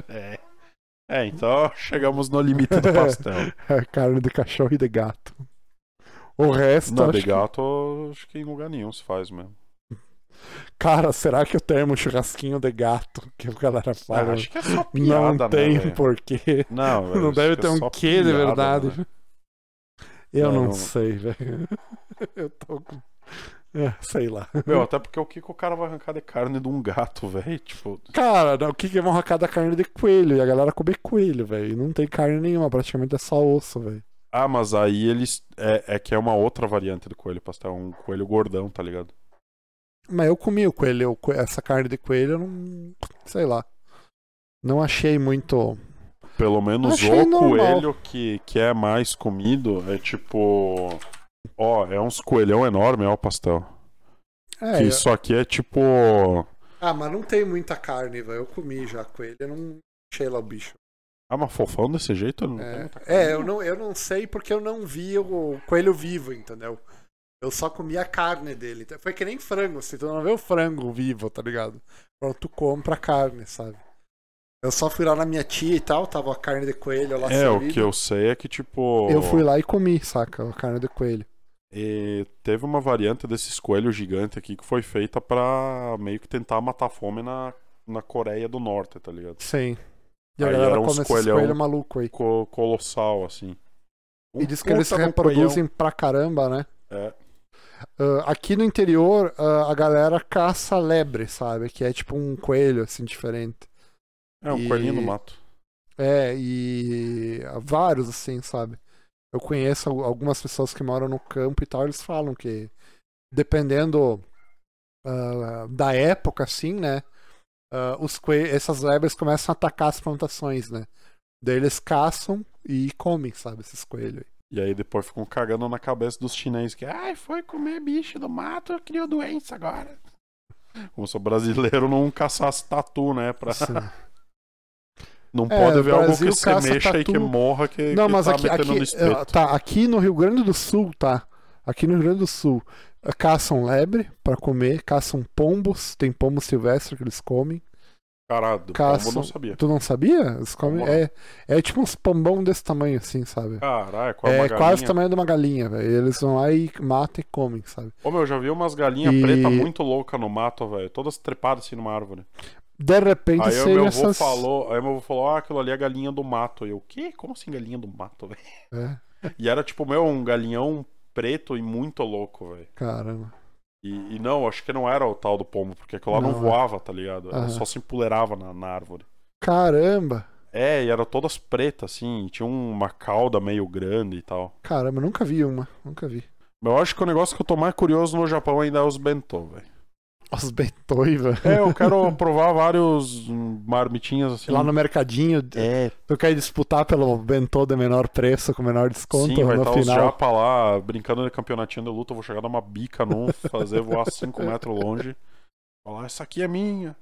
Então chegamos no limite do pastel. Carne de cachorro e de gato. O resto... Não, de gato acho que em lugar nenhum se faz mesmo. Cara, será que o termo churrasquinho de gato que a galera fala? Acho que é só piada, não tem né, porquê. Não deve ter um quê de verdade. Né? Eu não sei, velho. Eu tô com... sei lá. Até porque o que o cara vai arrancar de carne de um gato, velho? Tipo... Cara, o que vão arrancar da carne de coelho? E a galera come coelho, velho. Não tem carne nenhuma, praticamente é só osso, velho. Mas aí eles... É que é uma outra variante do coelho pastel, um coelho gordão, tá ligado? Mas eu comi o coelho, essa carne de coelho, eu não... Sei lá. Não achei muito... Pelo menos o coelho que é mais comido é tipo... é uns coelhão enorme, o pastel. Isso aqui é tipo... Ah, mas não tem muita carne, velho. Eu comi já coelho, eu não achei lá o bicho. Ah, mas fofão desse jeito não tem muita Eu não sei porque eu não vi o coelho vivo, entendeu? Eu só comi a carne dele. Foi que nem frango, assim, tu não vê o frango vivo, tá ligado? Pronto, tu compra a carne, sabe? Eu só fui lá na minha tia e tal, tava a carne de coelho lá É, o servida. que eu sei é que, tipo... Eu fui lá e comi, saca? A carne de coelho. E teve uma variante desses coelhos gigantes aqui que foi feita pra meio que tentar matar a fome na Coreia do Norte, tá ligado? Sim. E a Aí galera era uns come esses coelhão coelhos malucos aí. Colossal, assim. E diz que eles se puta de um reproduzem pra caramba, né? coelhão. É. Aqui no interior, a galera caça lebre, sabe? Que é tipo um coelho, assim, diferente. É um E- coelhinho no mato. E vários, assim, sabe? Eu conheço algumas pessoas que moram no campo e tal, eles falam que dependendo da época, assim, né? Essas lebres começam a atacar as plantações, né? Daí eles caçam e comem, sabe? Esses coelhos aí. E aí depois ficam cagando na cabeça dos chineses que, ai, foi comer bicho do mato, criou doença agora. Como se o brasileiro não caçasse tatu, né? Assim. Não pode o ver algo Brasil que se caça mexa e tatu. que morra que, Não, que mas tá aqui, metendo no espeto. aqui no Rio Grande do Sul, tá? Aqui no Rio Grande do Sul, caçam lebre pra comer, caçam pombos, tem pombo silvestre que eles comem. Caralho, do Caçam. pombo eu não sabia. Tu não sabia? Eles comem. Pombo É tipo uns pombão desse tamanho, assim, sabe? Caralho, qual é uma É quase o galinha? tamanho de uma galinha, velho. Eles vão lá e matam e comem, sabe? Ô, meu, eu já vi umas galinhas E- pretas muito loucas no mato, velho. Todas trepadas assim numa árvore. De repente, Aí o seja meu avô essas. falou, ah, aquilo ali é galinha do mato. E eu, o quê? Como assim galinha do mato, velho? É, E era tipo, meu, um galinhão preto e muito louco, velho. caramba. E não, acho que não era o tal do pombo, porque aquilo lá não Não, é. voava, tá ligado? Ela Aham. só se empoleirava na árvore. Caramba. É, e eram todas pretas, assim, tinha uma cauda meio grande e tal. Caramba, nunca vi uma. Nunca vi. Mas eu acho que o negócio que eu tô mais curioso no Japão ainda é os bentô, velho. Os betoi, velho. É, eu quero provar vários marmitinhas assim. Lá no mercadinho, É, tu quer disputar pelo bentô de menor preço, com menor desconto sim, vai no estar os final. japa lá brincando de campeonatinho de luta. Eu vou chegar dar uma bica num, fazer voar 5 metros longe. Falar, essa aqui é minha.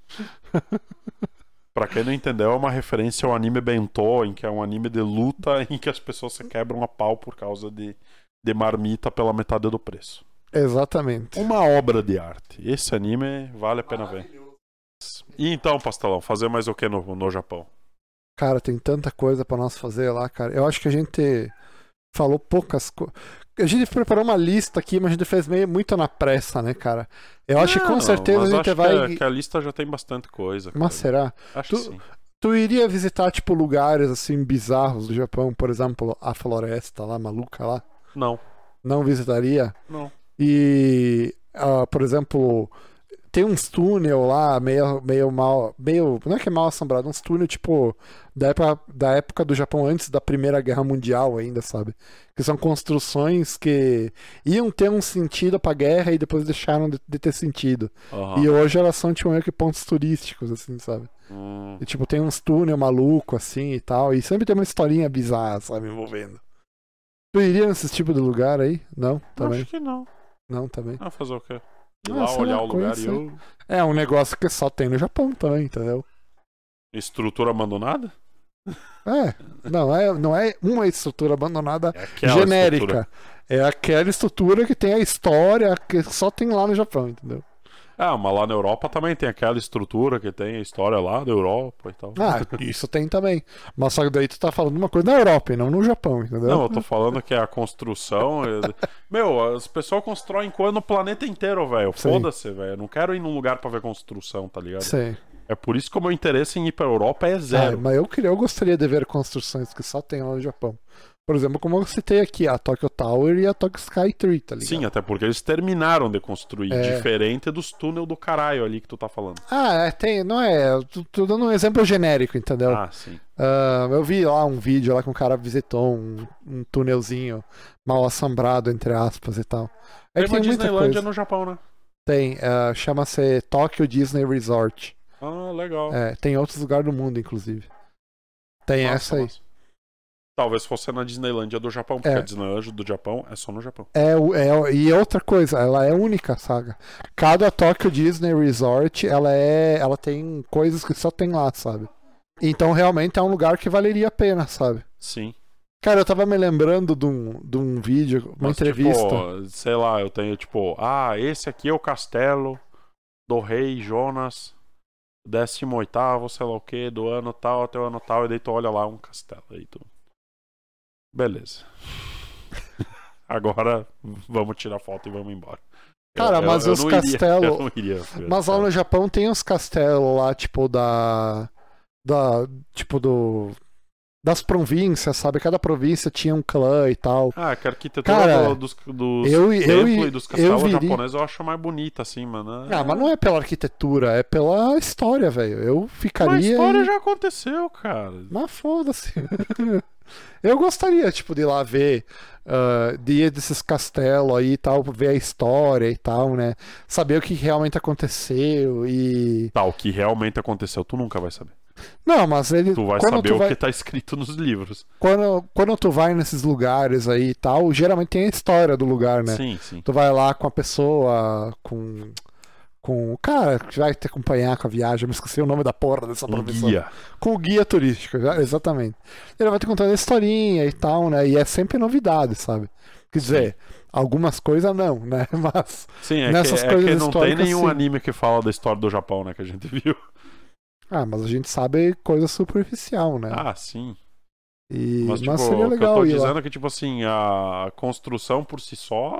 Pra quem não entendeu, é uma referência ao anime Bentô, em que é um anime de luta em que as pessoas se quebram a pau por causa de marmita pela metade do preço. Exatamente. Uma obra de arte. Esse anime vale a pena ver. E então, Pastelão, fazer mais o que no Japão? Cara, tem tanta coisa pra nós fazer lá, cara. Eu acho que a gente falou poucas coisas. A gente preparou uma lista aqui, mas a gente fez muito na pressa, né, cara? Eu acho que com certeza mas a gente acho vai. que a lista já tem bastante coisa. Mas cara. será? Acho Tu- que sim. Tu iria visitar, tipo, lugares assim bizarros do Japão, por exemplo, a floresta lá, maluca lá? Não. Não visitaria? Não. E, por exemplo, tem uns túnel lá, meio mal. Não é que é mal assombrado, uns túnel, tipo, da época do Japão antes da Primeira Guerra Mundial ainda, sabe? Que são construções que iam ter um sentido pra guerra e depois deixaram de ter sentido. Aham. E hoje elas são, tipo, meio que pontos turísticos, assim, sabe? E, tipo, tem uns túnel maluco, assim, e tal. E sempre tem uma historinha bizarra, sabe, envolvendo. Tu iria nesse tipo de lugar aí? Não? Também? Acho que não. Não, também. Ah, fazer o quê? Ir Ah, lá sei olhar lá, o lugar conhecer. e eu... É um negócio que só tem no Japão também, entendeu? Estrutura abandonada? Não é uma estrutura abandonada É aquela genérica. estrutura. É aquela estrutura que tem a história que só tem lá no Japão, entendeu? Ah, mas lá na Europa também tem aquela estrutura que tem a história lá da Europa e tal. Ah, isso tem também. Mas só que daí tu tá falando uma coisa na Europa e não no Japão, entendeu? Não, eu tô falando que é a construção. Meu, as pessoas constroem coisa no planeta inteiro, velho. Sim. Foda-se, velho. Eu não quero ir num lugar pra ver construção, tá ligado? Sei. É por isso que o meu interesse em ir pra Europa é zero. Mas eu gostaria de ver construções que só tem lá no Japão. Por exemplo, como eu citei aqui, a Tokyo Tower e a Tokyo Sky Tree, tá ligado? Sim, até porque eles terminaram de construir. É. Diferente dos túnel do caralho ali que tu tá falando. Tem, não é. Eu tô dando um exemplo genérico, entendeu? Ah, sim. Eu vi lá um vídeo lá que um cara visitou um túnelzinho mal assombrado, entre aspas e tal. Tem que uma muita Disneylândia coisa. no Japão, né? Tem, chama-se Tokyo Disney Resort. Ah, legal. Tem outros lugares do mundo, inclusive. Tem Massa, essa aí. massa. Talvez fosse na Disneylândia do Japão, porque a Disneylândia do Japão é só no Japão. E outra coisa, ela é única, sabe? Cada Tokyo Disney Resort, ela tem coisas que só tem lá, sabe? Então realmente é um lugar que valeria a pena, sabe? Sim. Cara, eu tava me lembrando de um vídeo, uma entrevista. Tipo, sei lá, eu tenho tipo, esse aqui é o castelo do rei Jonas, 18º, sei lá o que, do ano tal até o ano tal, e daí tu olha lá um castelo, aí tu... Beleza. Agora vamos tirar foto e vamos embora. Cara, mas os castelos... Eu não iria. Mas lá no Japão tem uns castelos lá, tipo, das províncias, sabe? Cada província tinha um clã e tal. Que a arquitetura dos templos e dos castelos japoneses eu acho mais bonita, assim, mano. Mas não é pela arquitetura, é pela história, velho. Eu ficaria... Mas a história já aconteceu, cara. Mas foda-se. Eu gostaria, tipo, de ir lá ver, de ir desses castelos aí e tal, ver a história e tal, né? Saber o que realmente aconteceu e... Tá, o que realmente aconteceu, tu nunca vai saber. Não, mas ele... Tu vai saber o que tá escrito nos livros. Quando tu vai nesses lugares aí e tal, geralmente tem a história do lugar, né? Sim, sim. Tu vai lá com a pessoa, com o cara que vai te acompanhar com a viagem, eu me esqueci o nome da porra dessa profissão. Guia. Com o guia turístico, exatamente. Ele vai te contando a historinha e tal, né? E é sempre novidade, sabe? Quer dizer, algumas coisas não, né? Mas sim, nessas coisas que não tem nenhum sim. Anime que fala da história do Japão, né? Que a gente viu. Mas a gente sabe coisa superficial, né? Sim. Mas tipo, seria legal o que eu tô ir dizendo lá. é que, tipo assim, a construção por si só...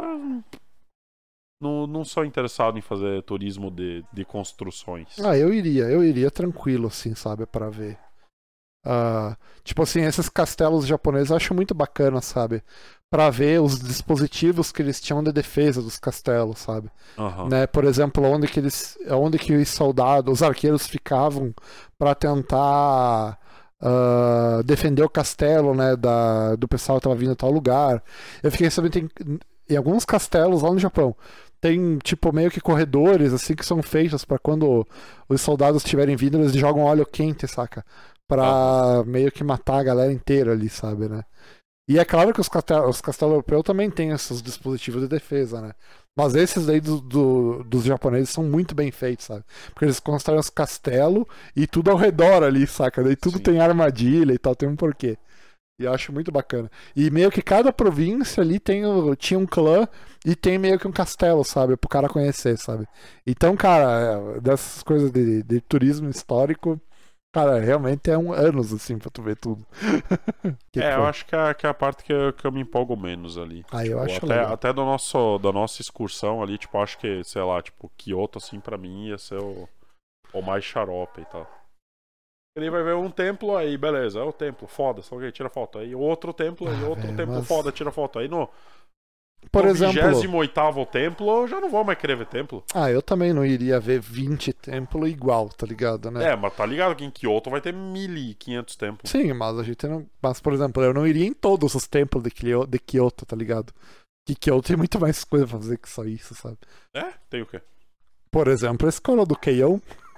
Não sou interessado em fazer turismo de construções. Eu iria tranquilo, assim, sabe, pra ver. Tipo assim, esses castelos japoneses eu acho muito bacana, sabe? Pra ver os dispositivos que eles tinham de defesa dos castelos, sabe? Uhum. Né? Por exemplo, onde que os soldados, os arqueiros ficavam pra tentar defender o castelo, né? Do pessoal que tava vindo a tal lugar. Eu fiquei sabendo que em alguns castelos lá no Japão tem, tipo, meio que corredores, assim, que são feitos pra quando os soldados estiverem vindo, eles jogam óleo quente, saca? Pra meio que matar a galera inteira ali, sabe, né? E é claro que os castelos europeus também têm esses dispositivos de defesa, né? Mas esses daí dos japoneses são muito bem feitos, sabe? Porque eles constroem os castelos e tudo ao redor ali, saca? Daí tudo tem armadilha e tal, tem um porquê. E eu acho muito bacana. E meio que cada província ali tinha um clã e tem meio que um castelo, sabe? Pro cara conhecer, sabe? Então, cara, dessas coisas de turismo histórico, cara, realmente é anos, assim, pra tu ver tudo. Eu acho que é a parte que eu me empolgo menos ali. Eu acho até da nossa excursão ali, tipo, acho que, sei lá, tipo, Kyoto, assim, pra mim ia ser o mais xarope e tal. Ele vai ver um templo, aí beleza, é o templo, foda, só que tira foto. Aí outro templo, aí outro templo, foda, tira foto. Aí no Por exemplo, 28º templo, eu já não vou mais querer ver templo. Eu também não iria ver 20 templos igual, tá ligado, né? Mas tá ligado que em Kyoto vai ter 1.500 templos. Sim, mas a gente não... Mas, por exemplo, eu não iria em todos os templos de Kyoto, tá ligado? Que Kyoto tem muito mais coisa pra fazer que só isso, sabe? Tem o quê? Por exemplo, a escola do Keion.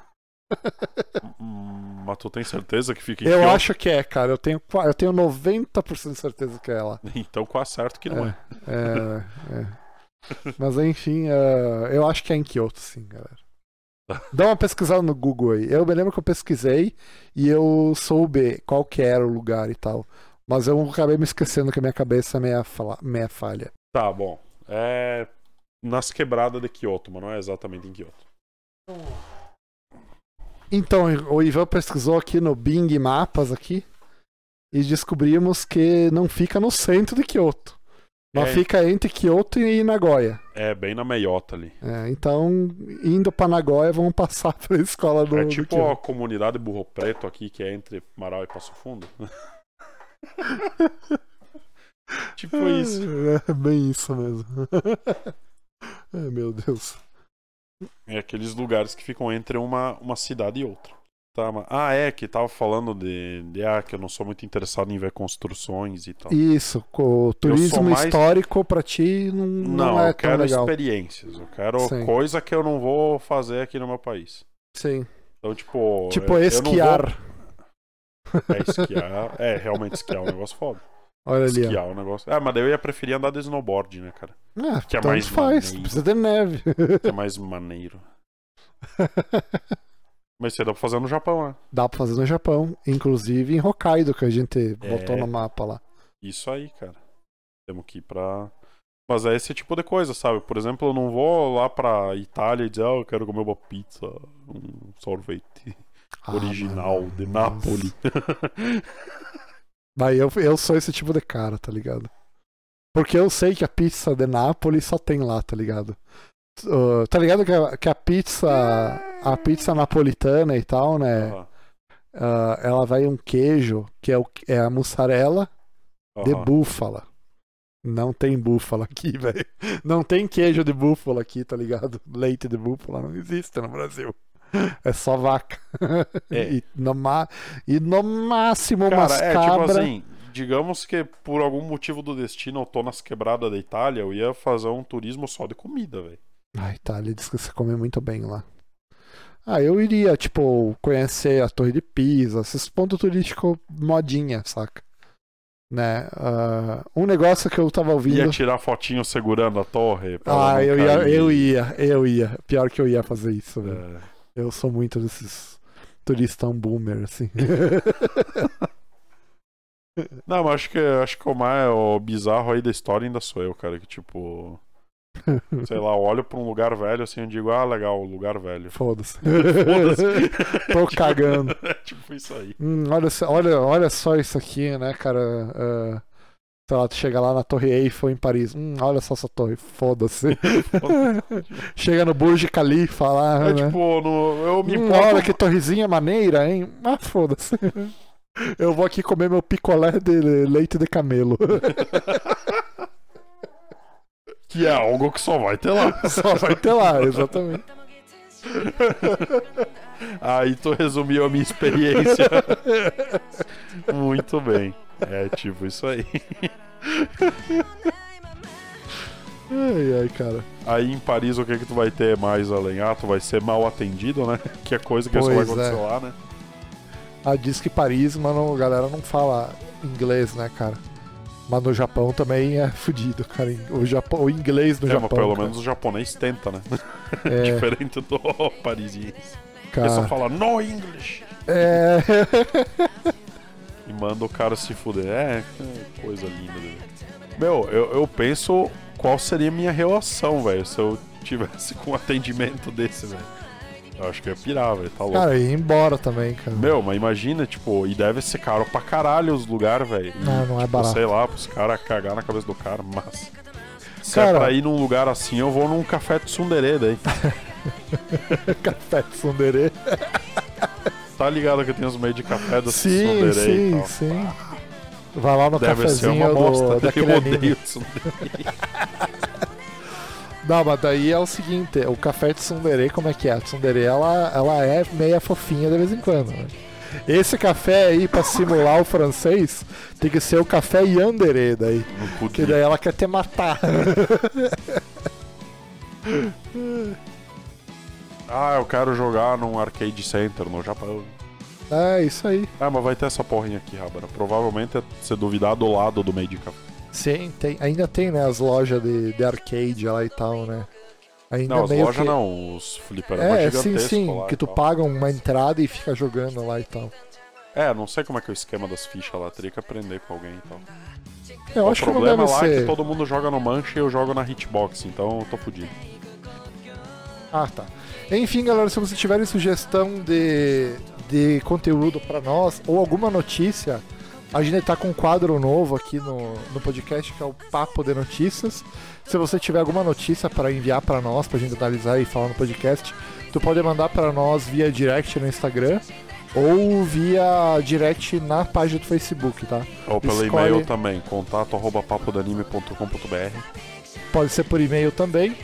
Mas tu tem certeza que fica em Kyoto? Eu acho que é, cara. Eu tenho 90% de certeza que é lá. Então quase certo que não é. Mas enfim, eu acho que é em Kyoto, sim, galera. Dá uma pesquisada no Google aí. Eu me lembro que eu pesquisei e eu soube qual que era o lugar e tal. Mas eu acabei me esquecendo que a minha cabeça é meia falha. Tá, bom. É nas quebradas de Kyoto, mas não é exatamente em Kyoto. Então, o Ivan pesquisou aqui no Bing Mapas aqui e descobrimos que não fica no centro de Kyoto. Mas fica entre Kyoto e Nagoya. É, bem na meiota ali. Então, indo pra Nagoya, vamos passar pra escola do É tipo do a comunidade Burro Preto aqui, que é entre Marau e Passo Fundo. Tipo isso. É bem isso mesmo. Meu Deus. É aqueles lugares que ficam entre uma cidade e outra. Tá, que tava falando que eu não sou muito interessado em ver construções e tal. Isso, o turismo histórico pra ti não é eu tão quero legal. experiências. Eu quero coisa que eu não vou fazer aqui no meu país. Sim. Então, tipo esquiar. Esquiar. Realmente esquiar é um negócio foda. Olha ali, Esquiar é um negócio. Mas daí eu ia preferir andar de snowboard, né, cara? Que é tanto mais faz, maneiro. precisa ter neve. Que é mais maneiro. Mas isso aí dá pra fazer no Japão, né? Dá pra fazer no Japão, inclusive em Hokkaido, que a gente botou É. no mapa lá. Isso aí, cara. Temos que ir pra. Mas é esse tipo de coisa, sabe? Por exemplo, eu não vou lá pra Itália e dizer, eu quero comer uma pizza, um sorvete original mano, de nossa. Nápoles. Mas eu sou esse tipo de cara, tá ligado? Porque eu sei que a pizza de Nápoles só tem lá, tá ligado? Tá ligado que a pizza napolitana e tal, né? Aham, Ela vai um queijo, que é a mussarela de aham. búfala. Não tem búfala aqui, velho. Não tem queijo de búfala aqui, tá ligado? Leite de búfala não existe no Brasil. É só vaca. É. E no máximo Cara, umas tipo cabras. assim, digamos que por algum motivo do destino eu tô nas quebradas da Itália, eu ia fazer um turismo só de comida, velho. A Itália diz que você come muito bem lá. Eu iria, tipo, conhecer a Torre de Pisa, esses pontos turísticos modinha, saca? Né? Um negócio que eu tava ouvindo. Ia tirar fotinho segurando a torre. pra ela não eu cair. ia. Pior que eu ia fazer isso, velho. É. Eu sou muito desses turistas boomer, assim. Não, mas acho que o bizarro aí da história ainda sou eu, cara. Que tipo. Sei lá, eu olho pra um lugar velho assim e digo, legal, lugar velho. Foda-se. Foda-se. Tô cagando. É tipo isso aí. Olha só isso aqui, né, cara? Sei lá, tu chega lá na Torre Eiffel em Paris. Olha só essa torre, foda-se. Chega no Burj Khalifa lá, né? Tipo, eu me importo. Olha que torrezinha maneira, hein? Foda-se. Eu vou aqui comer meu picolé de leite de camelo. Que é algo que só vai ter lá. Só vai ter lá, exatamente. Aí tu resumiu a minha experiência. Muito bem. É tipo isso aí. Ai, cara. Aí em Paris o que tu vai ter mais além? Tu vai ser mal atendido, né? Que é coisa que só vai Pois acontecer é. lá, né? Diz que Paris, mano, a galera não fala inglês, né, cara? Mas no Japão também é fudido, cara. O inglês no Japão. Mas pelo cara. menos o japonês tenta, né? É, Diferente do parisiense. cara. Ele só fala no English. É. E manda o cara se fuder. Que coisa linda, velho. Meu, eu penso qual seria a minha relação, velho, se eu tivesse com um atendimento desse, velho. Eu acho que eu ia pirar, velho, tá louco. Cara, ia embora também, cara. Meu, mas imagina, tipo, e deve ser caro pra caralho os lugares, velho. Não é tipo, barato. sei lá, pros caras cagar na cabeça do cara, mas... Se Cara- é pra ir num lugar assim, eu vou num café de tsundere daí. Café de Sunderê. Tá ligado que tem os meios de café do Sim, tsundere e sim, tal. sim. Vai lá no Deve ser uma cafezinho bosta, daquele eu anime. odeio tsundere. Não, mas daí é o seguinte, o café de tsundere, como é que é? A tsundere, ela é meia fofinha de vez em quando, né? Esse café aí, pra simular o francês, tem que ser o café yandere daí. Não Que podia. daí ela quer te matar. Eu quero jogar num arcade center no Japão. É, isso aí. Mas vai ter essa porrinha aqui, Rabara. Provavelmente é se duvidar do lado do meio de café. Sim, ainda tem, né, as lojas de arcade lá e tal, né? Ainda Não, as meio lojas que... não, os fliperamas sim, gigantescos sim, lá que e tu tal. paga uma entrada e fica jogando lá e tal. Não sei como é que é o esquema das fichas lá, teria que aprender com alguém e tal. Eu O acho que não problema deve lá é ser... que todo mundo joga no mancha e eu jogo na hitbox, então eu tô fudido. Ah, tá. Enfim, galera, se vocês tiverem sugestão de conteúdo pra nós ou alguma notícia, a gente tá com um quadro novo aqui no podcast que é o Papo de Notícias. Se você tiver alguma notícia para enviar pra nós, pra gente analisar e falar no podcast, tu pode mandar pra nós via direct no Instagram ou via direct na página do Facebook, tá? Ou pelo Escolhe- e-mail também, contato@papodanime.com.br. Pode ser por e-mail também.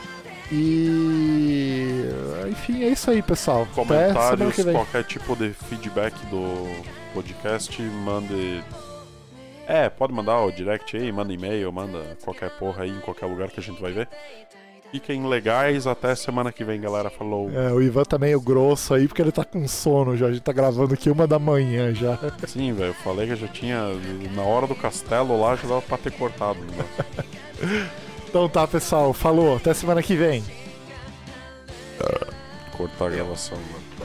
E enfim, é isso aí, pessoal. Até semana Comentários, que vem. qualquer tipo de feedback do podcast, mande. Pode mandar o direct aí, manda e-mail, manda qualquer porra aí em qualquer lugar que a gente vai ver. Fiquem legais, até semana que vem, galera. Falou. O Ivan tá meio grosso aí porque ele tá com sono já. A gente tá gravando aqui 1h já. Sim, velho, eu falei que eu já tinha. Na hora do castelo lá, já dava pra ter cortado o negócio. Então tá, pessoal. Falou. Até semana que vem. Cortar a gravação, mano.